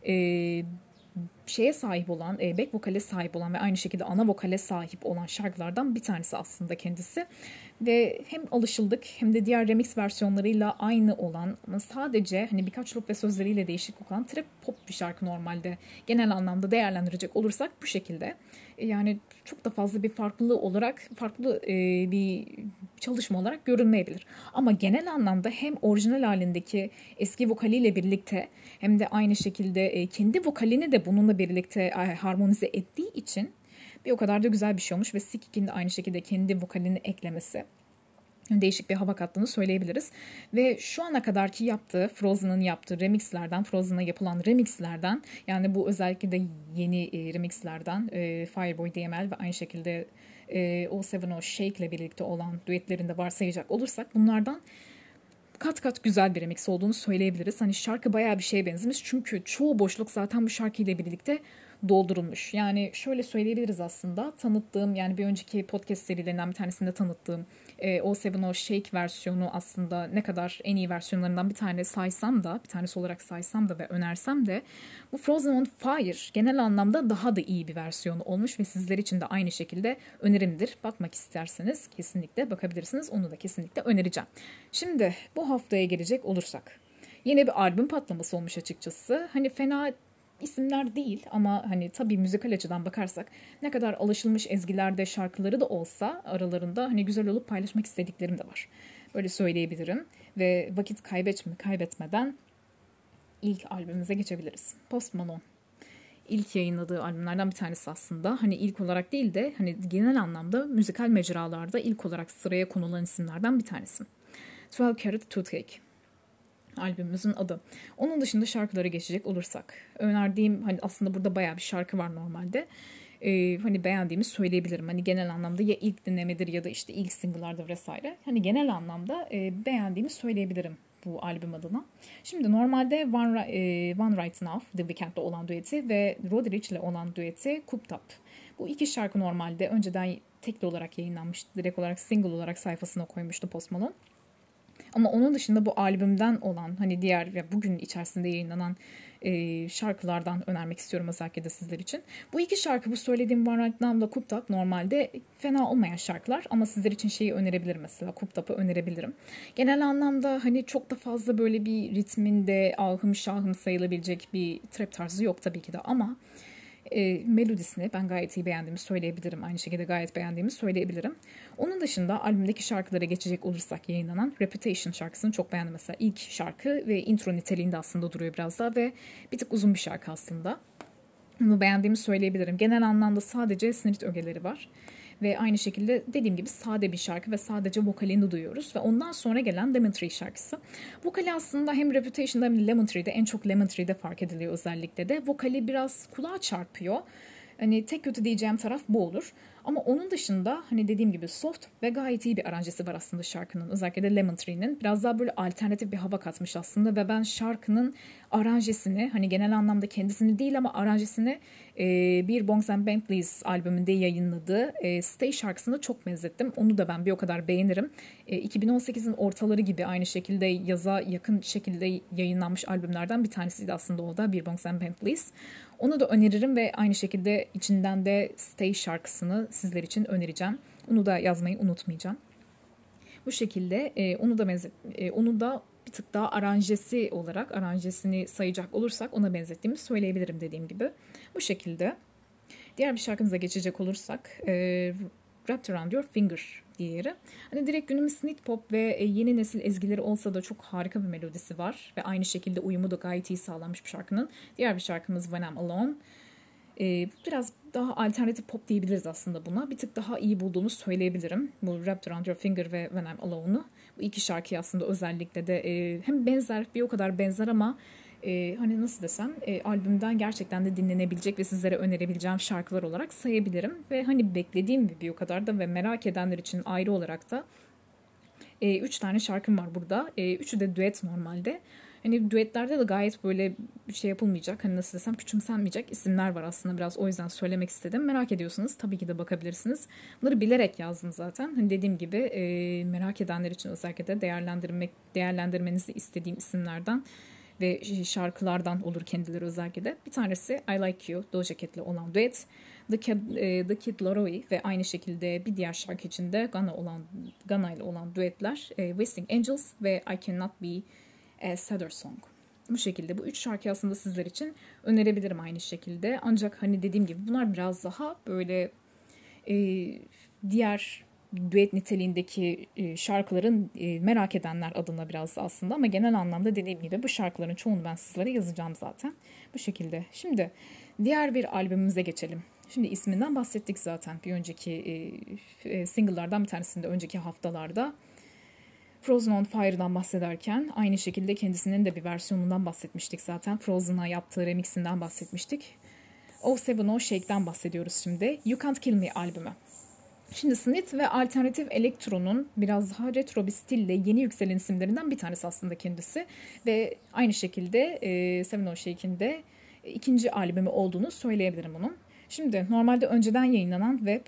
e, şeye sahip olan, back vokale sahip olan ve aynı şekilde ana vokale sahip olan şarkılardan bir tanesi aslında kendisi. Ve hem alışıldık hem de diğer remix versiyonlarıyla aynı olan ama sadece hani birkaç loop ve sözleriyle değişik olan trap pop bir şarkı normalde. Genel anlamda değerlendirecek olursak bu şekilde. Yani çok da fazla bir farklılığı olarak farklı bir çalışma olarak görünmeyebilir. Ama genel anlamda hem orijinal halindeki eski vokaliyle birlikte hem de aynı şekilde kendi vokalini de bununla birlikte harmonize ettiği için bir o kadar da güzel bir şey olmuş ve Sikik'in de aynı şekilde kendi vokalini eklemesi değişik bir hava kattığını söyleyebiliriz. Ve şu ana kadarki yaptığı, Frozen'ın yaptığı remixlerden, Frozen'a yapılan remixlerden yani bu özellikle de yeni remixlerden Fireboy DML ve aynı şekilde O Seven O Shake ile birlikte olan düetlerinde varsayacak olursak bunlardan kat kat güzel bir remix olduğunu söyleyebiliriz. Hani şarkı bayağı bir şeye benzemiş çünkü çoğu boşluk zaten bu şarkıyla birlikte doldurulmuş. Yani şöyle söyleyebiliriz aslında tanıttığım yani bir önceki podcast serilerinden bir tanesinde tanıttığım O Seven O Shake versiyonu aslında ne kadar en iyi versiyonlarından bir tane saysam da bir tanesi olarak saysam da ve önersem de bu Frozen on Fire genel anlamda daha da iyi bir versiyonu olmuş ve sizler için de aynı şekilde önerimdir. Bakmak isterseniz kesinlikle bakabilirsiniz. Onu da kesinlikle önereceğim. Şimdi bu haftaya gelecek olursak yine bir albüm patlaması olmuş açıkçası. Hani fena isimler değil ama hani tabii müzikal açıdan bakarsak ne kadar alışılmış ezgilerde şarkıları da olsa aralarında hani güzel olup paylaşmak istediklerim de var. Böyle söyleyebilirim ve vakit kaybetmeden ilk albümümüze geçebiliriz. Post Malone. İlk yayınladığı albümlerden bir tanesi aslında. Hani ilk olarak değil de hani genel anlamda müzikal mecralarda ilk olarak sıraya konulan isimlerden bir tanesi. 12 Karat Toothcake albümümüzün adı. Onun dışında şarkılara geçecek olursak önerdiğim hani aslında burada bayağı bir şarkı var normalde. Hani beğendiğimi söyleyebilirim. Hani genel anlamda ya ilk dinlemedir ya da işte ilk single'lardır vesaire. Hani genel anlamda beğendiğimi söyleyebilirim bu albüm adına. Şimdi normalde One Right Now The Weeknd'le olan düeti ve Roddy Ricch ile olan düeti Cooped Up. Bu iki şarkı normalde önceden tekli olarak yayınlanmıştı. Direkt olarak single olarak sayfasına koymuştu Post Malone. Ama onun dışında bu albümden olan hani diğer ve bugün içerisinde yayınlanan şarkılardan önermek istiyorum özellikle de sizler için. Bu iki şarkı bu söylediğim One Right Now'la Cooped Up normalde fena olmayan şarkılar ama sizler için şeyi önerebilirim mesela Cooped Up'ı önerebilirim. Genel anlamda hani çok da fazla böyle bir ritminde ahım şahım sayılabilecek bir trap tarzı yok tabii ki de ama melodisini ben gayet iyi beğendiğimi söyleyebilirim. Aynı şekilde gayet beğendiğimi söyleyebilirim. Onun dışında albümdeki şarkılara geçecek olursak yayınlanan Reputation şarkısını çok beğendim mesela. İlk şarkı ve intro niteliğinde aslında duruyor biraz daha ve bir tık uzun bir şarkı aslında. Bunu beğendiğimi söyleyebilirim. Genel anlamda sadece snare ögeleri var. Ve aynı şekilde dediğim gibi sade bir şarkı ve sadece vokalini duyuyoruz. Ve ondan sonra gelen Lemon Tree şarkısı. Vokali aslında hem Reputation'da hem Lemon Tree'de en çok Lemon Tree'de fark ediliyor özellikle de. Vokali biraz kulağa çarpıyor. Hani tek kötü diyeceğim taraf bu olur. Ama onun dışında hani dediğim gibi soft ve gayet iyi bir aranjesi var aslında şarkının. Özellikle de Lemon Tree'nin. Biraz daha böyle alternatif bir hava katmış aslında ve ben şarkının aranjesini hani genel anlamda kendisini değil ama aranjesini bir Bongs and Bentleys albümünde yayınladığı Stay şarkısına çok benzettim. Onu da ben bir o kadar beğenirim. 2018'in ortaları gibi aynı şekilde yaza yakın şekilde yayınlanmış albümlerden bir tanesiydi aslında o da bir Bongs and Bentleys. Onu da öneririm ve aynı şekilde içinden de Stay şarkısını sizler için önereceğim. Onu da yazmayı unutmayacağım. Bu şekilde onu da bir tık daha aranjesi olarak aranjesini sayacak olursak ona benzettiğimi söyleyebilirim dediğim gibi. Bu şekilde. Diğer bir şarkımıza geçecek olursak Wrapped Around Your Finger diğeri. Hani direkt günümüz synth pop ve yeni nesil ezgileri olsa da çok harika bir melodisi var. Ve aynı şekilde uyumu da gayet iyi sağlanmış bir şarkının. Diğer bir şarkımız When I'm Alone. Biraz daha alternatif pop diyebiliriz aslında buna. Bir tık daha iyi bulduğumu söyleyebilirim. Bu Wrapped Around Your Finger ve When I'm Alone'u. Bu iki şarkıyı aslında özellikle de hem benzer bir o kadar benzer ama hani nasıl desem albümden gerçekten de dinlenebilecek ve sizlere önerebileceğim şarkılar olarak sayabilirim. Ve hani beklediğim gibi bir o kadar da ve merak edenler için ayrı olarak da Üç tane şarkım var burada. Üçü de düet normalde. Hani düetlerde de gayet böyle bir şey yapılmayacak. Hani nasıl desem küçümsenmeyecek isimler var aslında biraz. O yüzden söylemek istedim. Merak ediyorsanız tabii ki de bakabilirsiniz. Bunları bilerek yazdım zaten. Hani dediğim gibi merak edenler için özellikle de değerlendirmenizi istediğim isimlerden ve şarkılardan olur kendileri özellikle de. Bir tanesi I Like You, Doja Cat'le olan düet. The Kid Laroi ve aynı şekilde bir diğer şarkı içinde Ghana ile olan düetler Wasting Angels ve I Cannot Be a Sadder Song. Bu şekilde bu üç şarkı aslında sizler için önerebilirim aynı şekilde. Ancak hani dediğim gibi bunlar biraz daha böyle diğer düet niteliğindeki şarkıların merak edenler adına biraz da aslında, ama genel anlamda dediğim gibi bu şarkıların çoğunu ben sizlere yazacağım zaten. Bu şekilde. Şimdi diğer bir albümümüze geçelim. Şimdi isminden bahsettik zaten bir önceki single'lardan bir tanesinde önceki haftalarda. Frozen on Fire'dan bahsederken aynı şekilde kendisinin de bir versiyonundan bahsetmiştik zaten. Frozen'a yaptığı remixinden bahsetmiştik. Oh Seven Oh Shake'den bahsediyoruz şimdi. You Can't Kill Me albümü. Şimdi synth ve alternatif elektronun biraz daha retro bir stille yeni yükselen isimlerinden bir tanesi aslında kendisi. Ve aynı şekilde Seven Oh Shake'in de ikinci albümü olduğunu söyleyebilirim onun. Şimdi normalde önceden yayınlanan Web,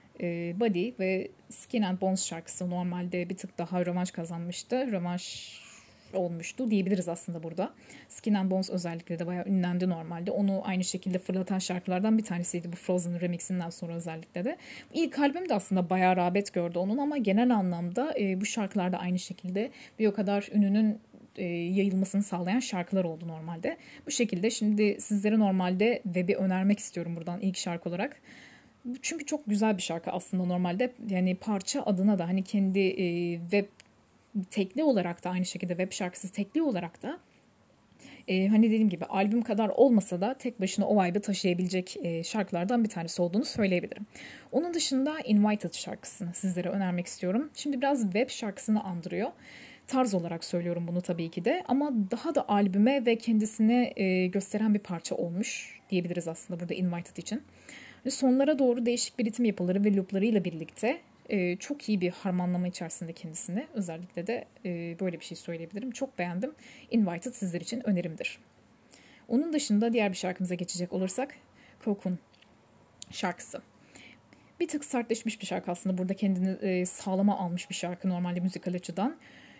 Body ve Skin and Bones şarkısı normalde bir tık daha rövanş kazanmıştı. Rövanş olmuştu diyebiliriz aslında burada. Skin and Bones özellikle de bayağı ünlendi normalde. Onu aynı şekilde fırlatan şarkılardan bir tanesiydi bu Frozen remixinden sonra özellikle de. İlk albüm de aslında bayağı rağbet gördü onun, ama genel anlamda bu şarkılarda aynı şekilde bir o kadar ününün yayılmasını sağlayan şarkılar oldu normalde. Bu şekilde şimdi sizlere normalde Web'i önermek istiyorum buradan ilk şarkı olarak. Çünkü çok güzel bir şarkı aslında normalde. Yani parça adına da hani kendi Web tekli olarak da aynı şekilde web şarkısı tekli olarak da hani dediğim gibi albüm kadar olmasa da tek başına o vibe'ı taşıyabilecek şarkılardan bir tanesi olduğunu söyleyebilirim. Onun dışında Invited şarkısını sizlere önermek istiyorum. Şimdi biraz web şarkısını andırıyor. Tarz olarak söylüyorum bunu tabii ki de, ama daha da albüme ve kendisine gösteren bir parça olmuş diyebiliriz aslında burada Invited için. Sonlara doğru değişik bir ritim yapıları ve looplarıyla birlikte çok iyi bir harmanlama içerisinde kendisini. Özellikle de böyle bir şey söyleyebilirim. Çok beğendim. Invited sizler için önerimdir. Onun dışında diğer bir şarkımıza geçecek olursak Cocoon şarkısı. Bir tık sertleşmiş bir şarkı aslında. Burada kendini sağlama almış bir şarkı normalde müzikal açıdan.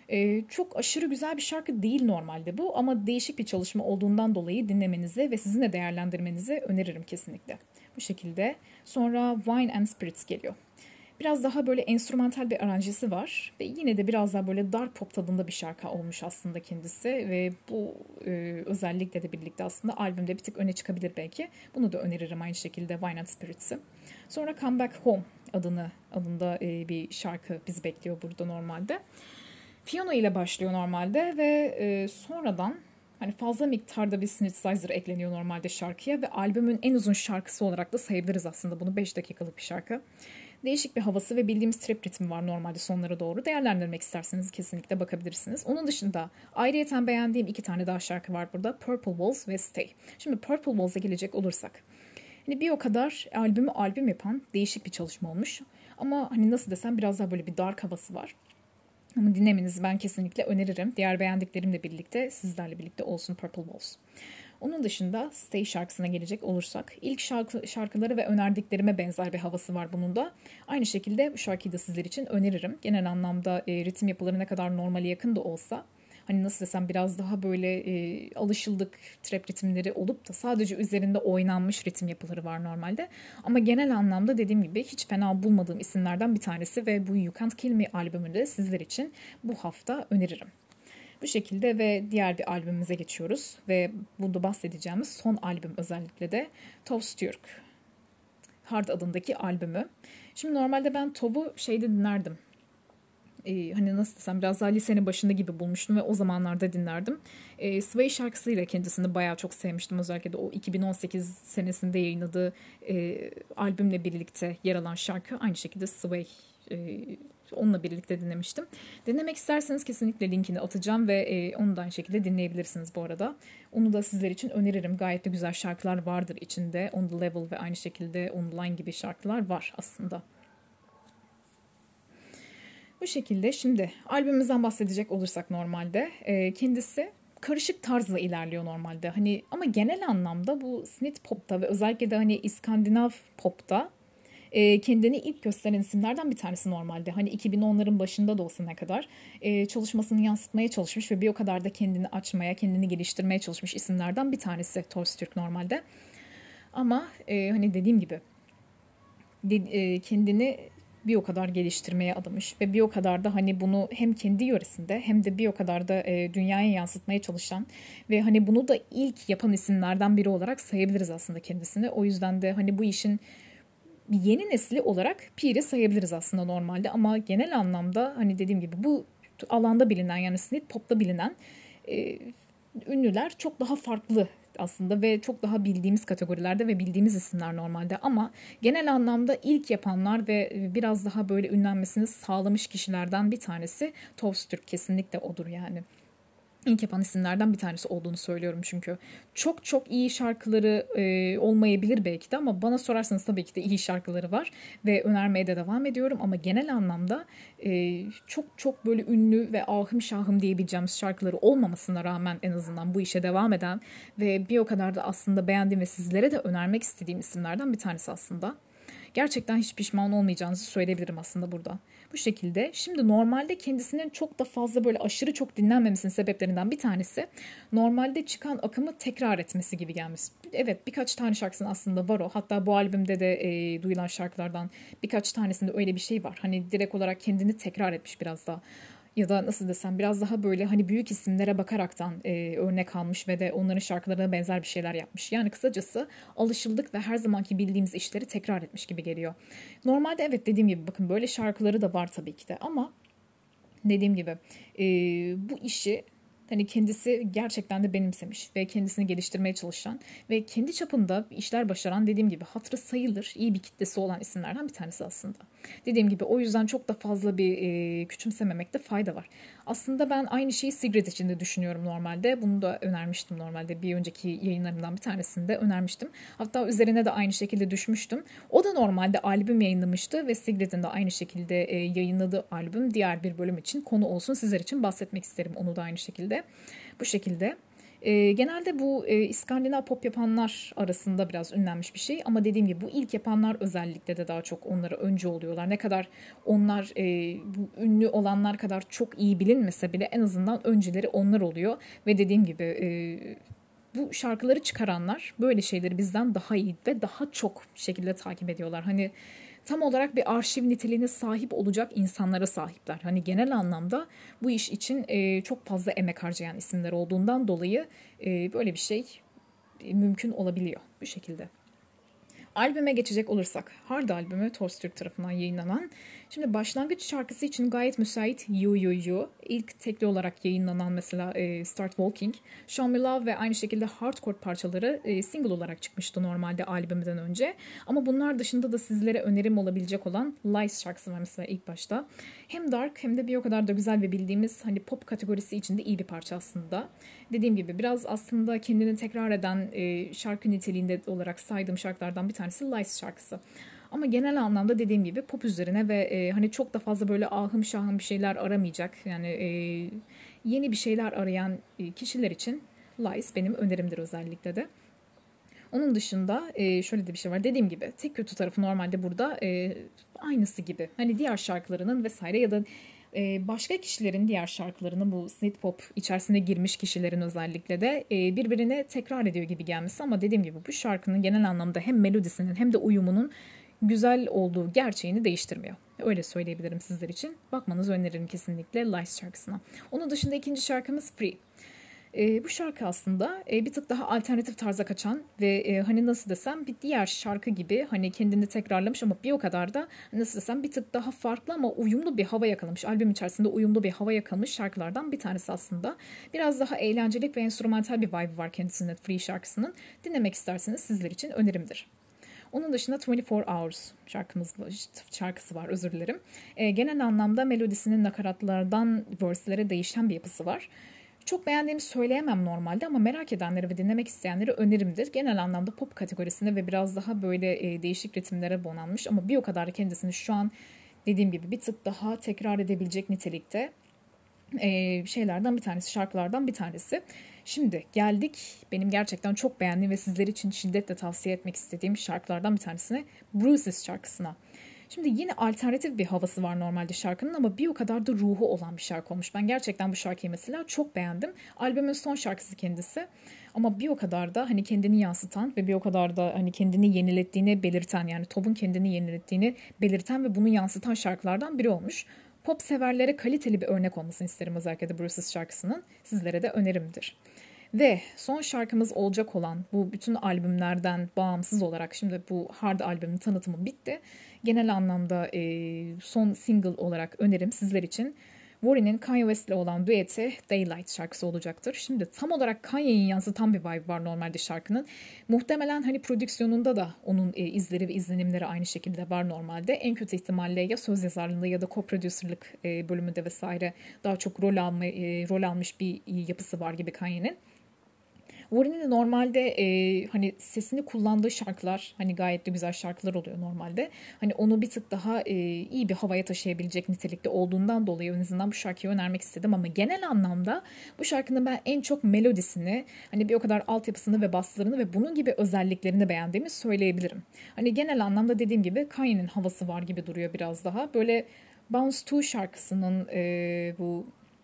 Çok aşırı güzel bir şarkı değil normalde bu, ama değişik bir çalışma olduğundan dolayı dinlemenizi ve sizin de değerlendirmenizi öneririm kesinlikle. Bu şekilde. Sonra Wine and Spirits geliyor. Biraz daha böyle enstrümantal bir aranjesi var ve yine de biraz daha böyle dark pop tadında bir şarkı olmuş aslında kendisi ve bu özellikle de birlikte aslında albümde bir tık öne çıkabilir belki. Bunu da öneririm aynı şekilde, Wine and Spirits'i. Sonra Come Back Home adında bir şarkı bizi bekliyor burada normalde. Piyano ile başlıyor normalde ve sonradan hani fazla miktarda bir synthesizer ekleniyor normalde şarkıya ve albümün en uzun şarkısı olarak da sayabiliriz aslında bunu. 5 dakikalık bir şarkı. Değişik bir havası ve bildiğimiz trap ritmi var normalde sonlara doğru. Değerlendirmek isterseniz kesinlikle bakabilirsiniz. Onun dışında ayrıyeten beğendiğim 2 tane daha şarkı var burada. Purple Walls ve Stay. Şimdi Purple Walls'a gelecek olursak. Hani bir o kadar albümü albüm yapan değişik bir çalışma olmuş. Ama hani nasıl desem biraz daha böyle bir dark havası var. Ama dinlemenizi ben kesinlikle öneririm. Diğer beğendiklerimle birlikte sizlerle birlikte olsun Purple Walls. Onun dışında Stay şarkısına gelecek olursak ilk şarkıları ve önerdiklerime benzer bir havası var bunun da. Aynı şekilde bu şarkıyı da sizler için öneririm. Genel anlamda ritim yapıları ne kadar normale yakın da olsa, hani nasıl desem biraz daha böyle alışıldık trap ritimleri olup da sadece üzerinde oynanmış ritim yapıları var normalde. Ama genel anlamda dediğim gibi hiç fena bulmadığım isimlerden bir tanesi ve bu You Can't Kill Me albümünü de sizler için bu hafta öneririm. Bu şekilde ve diğer bir albümümüze geçiyoruz ve burada bahsedeceğimiz son albüm özellikle de Tove Stürk. Hard adındaki albümü. Şimdi normalde ben Tove'u dinlerdim. Hani nasıl desem biraz daha lisenin başında gibi bulmuştum ve o zamanlarda dinlerdim. Sway şarkısıyla kendisini bayağı çok sevmiştim. Özellikle de o 2018 senesinde yayınladığı albümle birlikte yer alan şarkı. Aynı şekilde Sway onunla birlikte dinlemiştim. Dinlemek isterseniz kesinlikle linkini atacağım ve onu da aynı şekilde dinleyebilirsiniz bu arada. Onu da sizler için öneririm. Gayet de güzel şarkılar vardır içinde. On The Level ve aynı şekilde Online gibi şarkılar var aslında. Bu şekilde şimdi albümümüzden bahsedecek olursak normalde kendisi karışık tarzla ilerliyor normalde. Hani ama genel anlamda bu synth pop'ta ve özellikle de hani İskandinav pop'ta kendini ilk gösteren isimlerden bir tanesi normalde. Hani 2010'ların başında da olsa ne kadar çalışmasını yansıtmaya çalışmış ve bir o kadar da kendini açmaya, kendini geliştirmeye çalışmış isimlerden bir tanesi Toz normalde. Ama hani dediğim gibi kendini bir o kadar geliştirmeye adamış ve bir o kadar da hani bunu hem kendi yöresinde hem de bir o kadar da dünyaya yansıtmaya çalışan ve hani bunu da ilk yapan isimlerden biri olarak sayabiliriz aslında kendisini. O yüzden de hani bu işin yeni nesli olarak Pir'i sayabiliriz aslında normalde ama genel anlamda hani dediğim gibi bu alanda bilinen yani synth pop'ta bilinen e, ünlüler çok daha farklı aslında ve çok daha bildiğimiz kategorilerde ve bildiğimiz isimler normalde ama genel anlamda ilk yapanlar ve biraz daha böyle ünlenmesini sağlamış kişilerden bir tanesi Toztürk kesinlikle odur yani. İlk yapan isimlerden bir tanesi olduğunu söylüyorum çünkü. Çok çok iyi şarkıları olmayabilir belki de ama bana sorarsanız tabii ki de iyi şarkıları var ve önermeye de devam ediyorum ama genel anlamda çok çok böyle ünlü ve ahım şahım diyebileceğimiz şarkıları olmamasına rağmen en azından bu işe devam eden ve bir o kadar da aslında beğendiğim ve sizlere de önermek istediğim isimlerden bir tanesi aslında. Gerçekten hiç pişman olmayacağınızı söyleyebilirim aslında burada. Bu şekilde. Şimdi normalde kendisinin çok da fazla böyle aşırı çok dinlenmemesinin sebeplerinden bir tanesi normalde çıkan akımı tekrar etmesi gibi gelmiş. Evet birkaç tane şarkısının aslında var o. Hatta bu albümde de duyulan şarkılardan birkaç tanesinde öyle bir şey var. Hani direkt olarak kendini tekrar etmiş biraz daha ya da nasıl desem biraz daha böyle hani büyük isimlere bakaraktan örnek almış ve de onların şarkılarına benzer bir şeyler yapmış. Yani kısacası alışıldık ve her zamanki bildiğimiz işleri tekrar etmiş gibi geliyor. Normalde evet dediğim gibi bakın böyle şarkıları da var tabii ki de ama dediğim gibi e, bu işi hani kendisi gerçekten de benimsemiş ve kendisini geliştirmeye çalışan ve kendi çapında işler başaran dediğim gibi hatırı sayılır iyi bir kitlesi olan isimlerden bir tanesi aslında. Dediğim gibi o yüzden çok da fazla bir küçümsememekte fayda var. Aslında ben aynı şeyi Sigrid için de düşünüyorum normalde. Bunu da önermiştim normalde. Bir önceki yayınlarımdan bir tanesinde önermiştim. Hatta üzerine de aynı şekilde düşmüştüm. O da normalde albüm yayınlamıştı ve Sigrid'in de aynı şekilde yayınladığı albüm diğer bir bölüm için konu olsun. Sizler için bahsetmek isterim onu da aynı şekilde. Bu şekilde. Genelde bu İskandinav pop yapanlar arasında biraz ünlenmiş bir şey ama dediğim gibi bu ilk yapanlar özellikle de daha çok onlara öncü oluyorlar. Ne kadar onlar bu ünlü olanlar kadar çok iyi bilinmese bile en azından öncüleri onlar oluyor ve dediğim gibi bu şarkıları çıkaranlar böyle şeyleri bizden daha iyi ve daha çok şekilde takip ediyorlar. Hani tam olarak bir arşiv niteliğine sahip olacak insanlara sahipler. Hani genel anlamda bu iş için çok fazla emek harcayan isimler olduğundan dolayı böyle bir şey mümkün olabiliyor bu şekilde. Albüme geçecek olursak, Hard albümü Toztürk tarafından yayınlanan. Şimdi başlangıç şarkısı için gayet müsait You You You. İlk tekli olarak yayınlanan mesela Start Walking. Show Me Love ve aynı şekilde Hardcore parçaları single olarak çıkmıştı normalde albümden önce. Ama bunlar dışında da sizlere önerim olabilecek olan Lies şarkısı var mesela ilk başta. Hem dark hem de bir o kadar da güzel ve bildiğimiz hani pop kategorisi içinde iyi bir parça aslında. Dediğim gibi biraz aslında kendini tekrar eden şarkı niteliğinde olarak saydığım şarkılardan bir tanesi Lies şarkısı. Ama genel anlamda dediğim gibi pop üzerine ve hani çok da fazla böyle ahım şahım bir şeyler aramayacak. Yani yeni bir şeyler arayan kişiler için Lies benim önerimdir özellikle de. Onun dışında şöyle de bir şey var. Dediğim gibi tek kötü tarafı normalde burada aynısı gibi. Hani diğer şarkılarının vesaire ya da başka kişilerin diğer şarkılarını bu synth pop içerisine girmiş kişilerin özellikle de birbirine tekrar ediyor gibi gelmesi ama dediğim gibi bu şarkının genel anlamda hem melodisinin hem de uyumunun güzel olduğu gerçeğini değiştirmiyor. Öyle söyleyebilirim sizler için. Bakmanızı öneririm kesinlikle Lies şarkısına. Onun dışında ikinci şarkımız Free. Bu şarkı aslında bir tık daha alternatif tarza kaçan ve hani nasıl desem bir diğer şarkı gibi hani kendini tekrarlamış ama bir o kadar da nasıl desem bir tık daha farklı ama uyumlu bir hava yakalamış. Albüm içerisinde uyumlu bir hava yakalamış şarkılardan bir tanesi aslında. Biraz daha eğlencelik ve enstrümantal bir vibe var kendisinin Free şarkısının. Dinlemek isterseniz sizler için önerimdir. Onun dışında 24 Hours şarkısı var özür dilerim. Genel anlamda melodisinin nakaratlardan verse'lere değişen bir yapısı var. Çok beğendiğimi söyleyemem normalde ama merak edenleri ve dinlemek isteyenleri önerimdir. Genel anlamda pop kategorisinde ve biraz daha böyle değişik ritimlere bonanmış ama bir o kadar da kendisini şu an dediğim gibi bir tık daha tekrar edebilecek nitelikte şeylerden bir tanesi, şarkılardan bir tanesi. Şimdi geldik benim gerçekten çok beğendiğim ve sizler için şiddetle tavsiye etmek istediğim şarkılardan bir tanesine, Bruce's şarkısına. Şimdi yine alternatif bir havası var normalde şarkının ama bir o kadar da ruhu olan bir şarkı olmuş. Ben gerçekten bu şarkıyı mesela çok beğendim. Albümün son şarkısı kendisi. Ama bir o kadar da hani kendini yansıtan ve bir o kadar da hani kendini yenilettiğini belirten, yani Tob'un kendini yenilettiğini belirten ve bunu yansıtan şarkılardan biri olmuş. Pop severlere kaliteli bir örnek olmasını isterim özellikle de Bruce's şarkısının. Sizlere de önerimdir. Ve son şarkımız olacak olan bu bütün albümlerden bağımsız olarak, şimdi bu Hard albümün tanıtımı bitti. Genel anlamda son single olarak önerim sizler için Warren'in Kanye West ile olan düeti Daylight şarkısı olacaktır. Şimdi tam olarak Kanye'yi yansıtan bir vibe var normalde şarkının. Muhtemelen hani prodüksiyonunda da onun izleri ve izlenimleri aynı şekilde var normalde. En kötü ihtimalle ya söz yazarlığında ya da co-prodüserlık bölümünde vesaire daha çok rol almış bir yapısı var gibi Kanye'nin. Warren'in de normalde hani sesini kullandığı şarkılar hani gayet de güzel şarkılar oluyor normalde. Hani onu bir tık daha iyi bir havaya taşıyabilecek nitelikte olduğundan dolayı en azından bu şarkıyı önermek istedim. Ama genel anlamda bu şarkının ben en çok melodisini, hani bir o kadar altyapısını ve baslarını ve bunun gibi özelliklerini beğendiğimi söyleyebilirim. Hani genel anlamda dediğim gibi Kanye'nin havası var gibi duruyor biraz daha. Böyle Bounce 2 şarkısının bu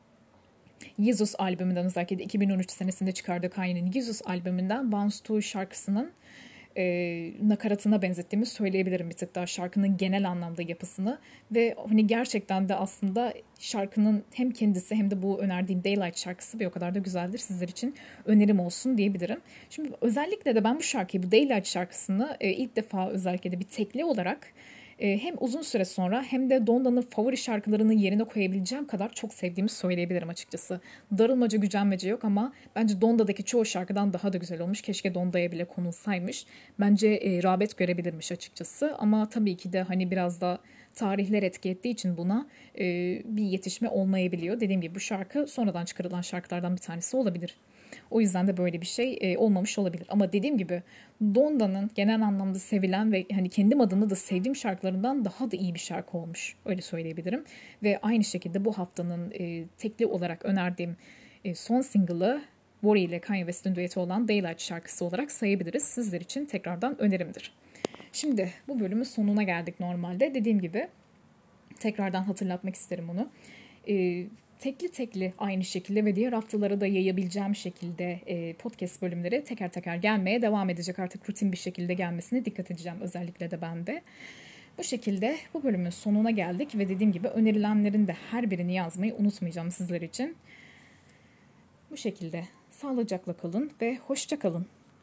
Jesus albümünden, özellikle de 2013 senesinde çıkardığı Kanye'nin Jesus albümünden Bounce to şarkısının nakaratına benzettiğimi söyleyebilirim bir tık daha, şarkının genel anlamda yapısını ve hani gerçekten de aslında şarkının hem kendisi hem de bu önerdiğim Daylight şarkısı bir o kadar da güzeldir. Sizler için önerim olsun diyebilirim. Şimdi özellikle de ben bu şarkıyı, bu Daylight şarkısını ilk defa özellikle de bir tekli olarak hem uzun süre sonra hem de Donda'nın favori şarkılarının yerine koyabileceğim kadar çok sevdiğimi söyleyebilirim açıkçası. Darılmaca, gücenmece yok ama bence Donda'daki çoğu şarkıdan daha da güzel olmuş. Keşke Donda'ya bile konulsaymış. Bence rağbet görebilirmiş açıkçası. Ama tabii ki de hani biraz da tarihler etki ettiği için buna bir yetişme olmayabiliyor. Dediğim gibi bu şarkı sonradan çıkarılan şarkılardan bir tanesi olabilir. O yüzden de böyle bir şey olmamış olabilir. Ama dediğim gibi Donda'nın genel anlamda sevilen ve hani kendim adına da sevdiğim şarkılarından daha da iyi bir şarkı olmuş. Öyle söyleyebilirim. Ve aynı şekilde bu haftanın tekli olarak önerdiğim son single'ı Worry ile Kanye West'in düeti olan Daylight şarkısı olarak sayabiliriz. Sizler için tekrardan önerimdir. Şimdi bu bölümün sonuna geldik normalde. Dediğim gibi tekrardan hatırlatmak isterim onu. Tekli tekli aynı şekilde ve diğer haftalara da yayabileceğim şekilde podcast bölümleri teker teker gelmeye devam edecek. Artık rutin bir şekilde gelmesine dikkat edeceğim, özellikle de ben de. Bu şekilde bu bölümün sonuna geldik ve dediğim gibi önerilenlerin de her birini yazmayı unutmayacağım sizler için. Bu şekilde sağlıcakla kalın ve hoşça kalın.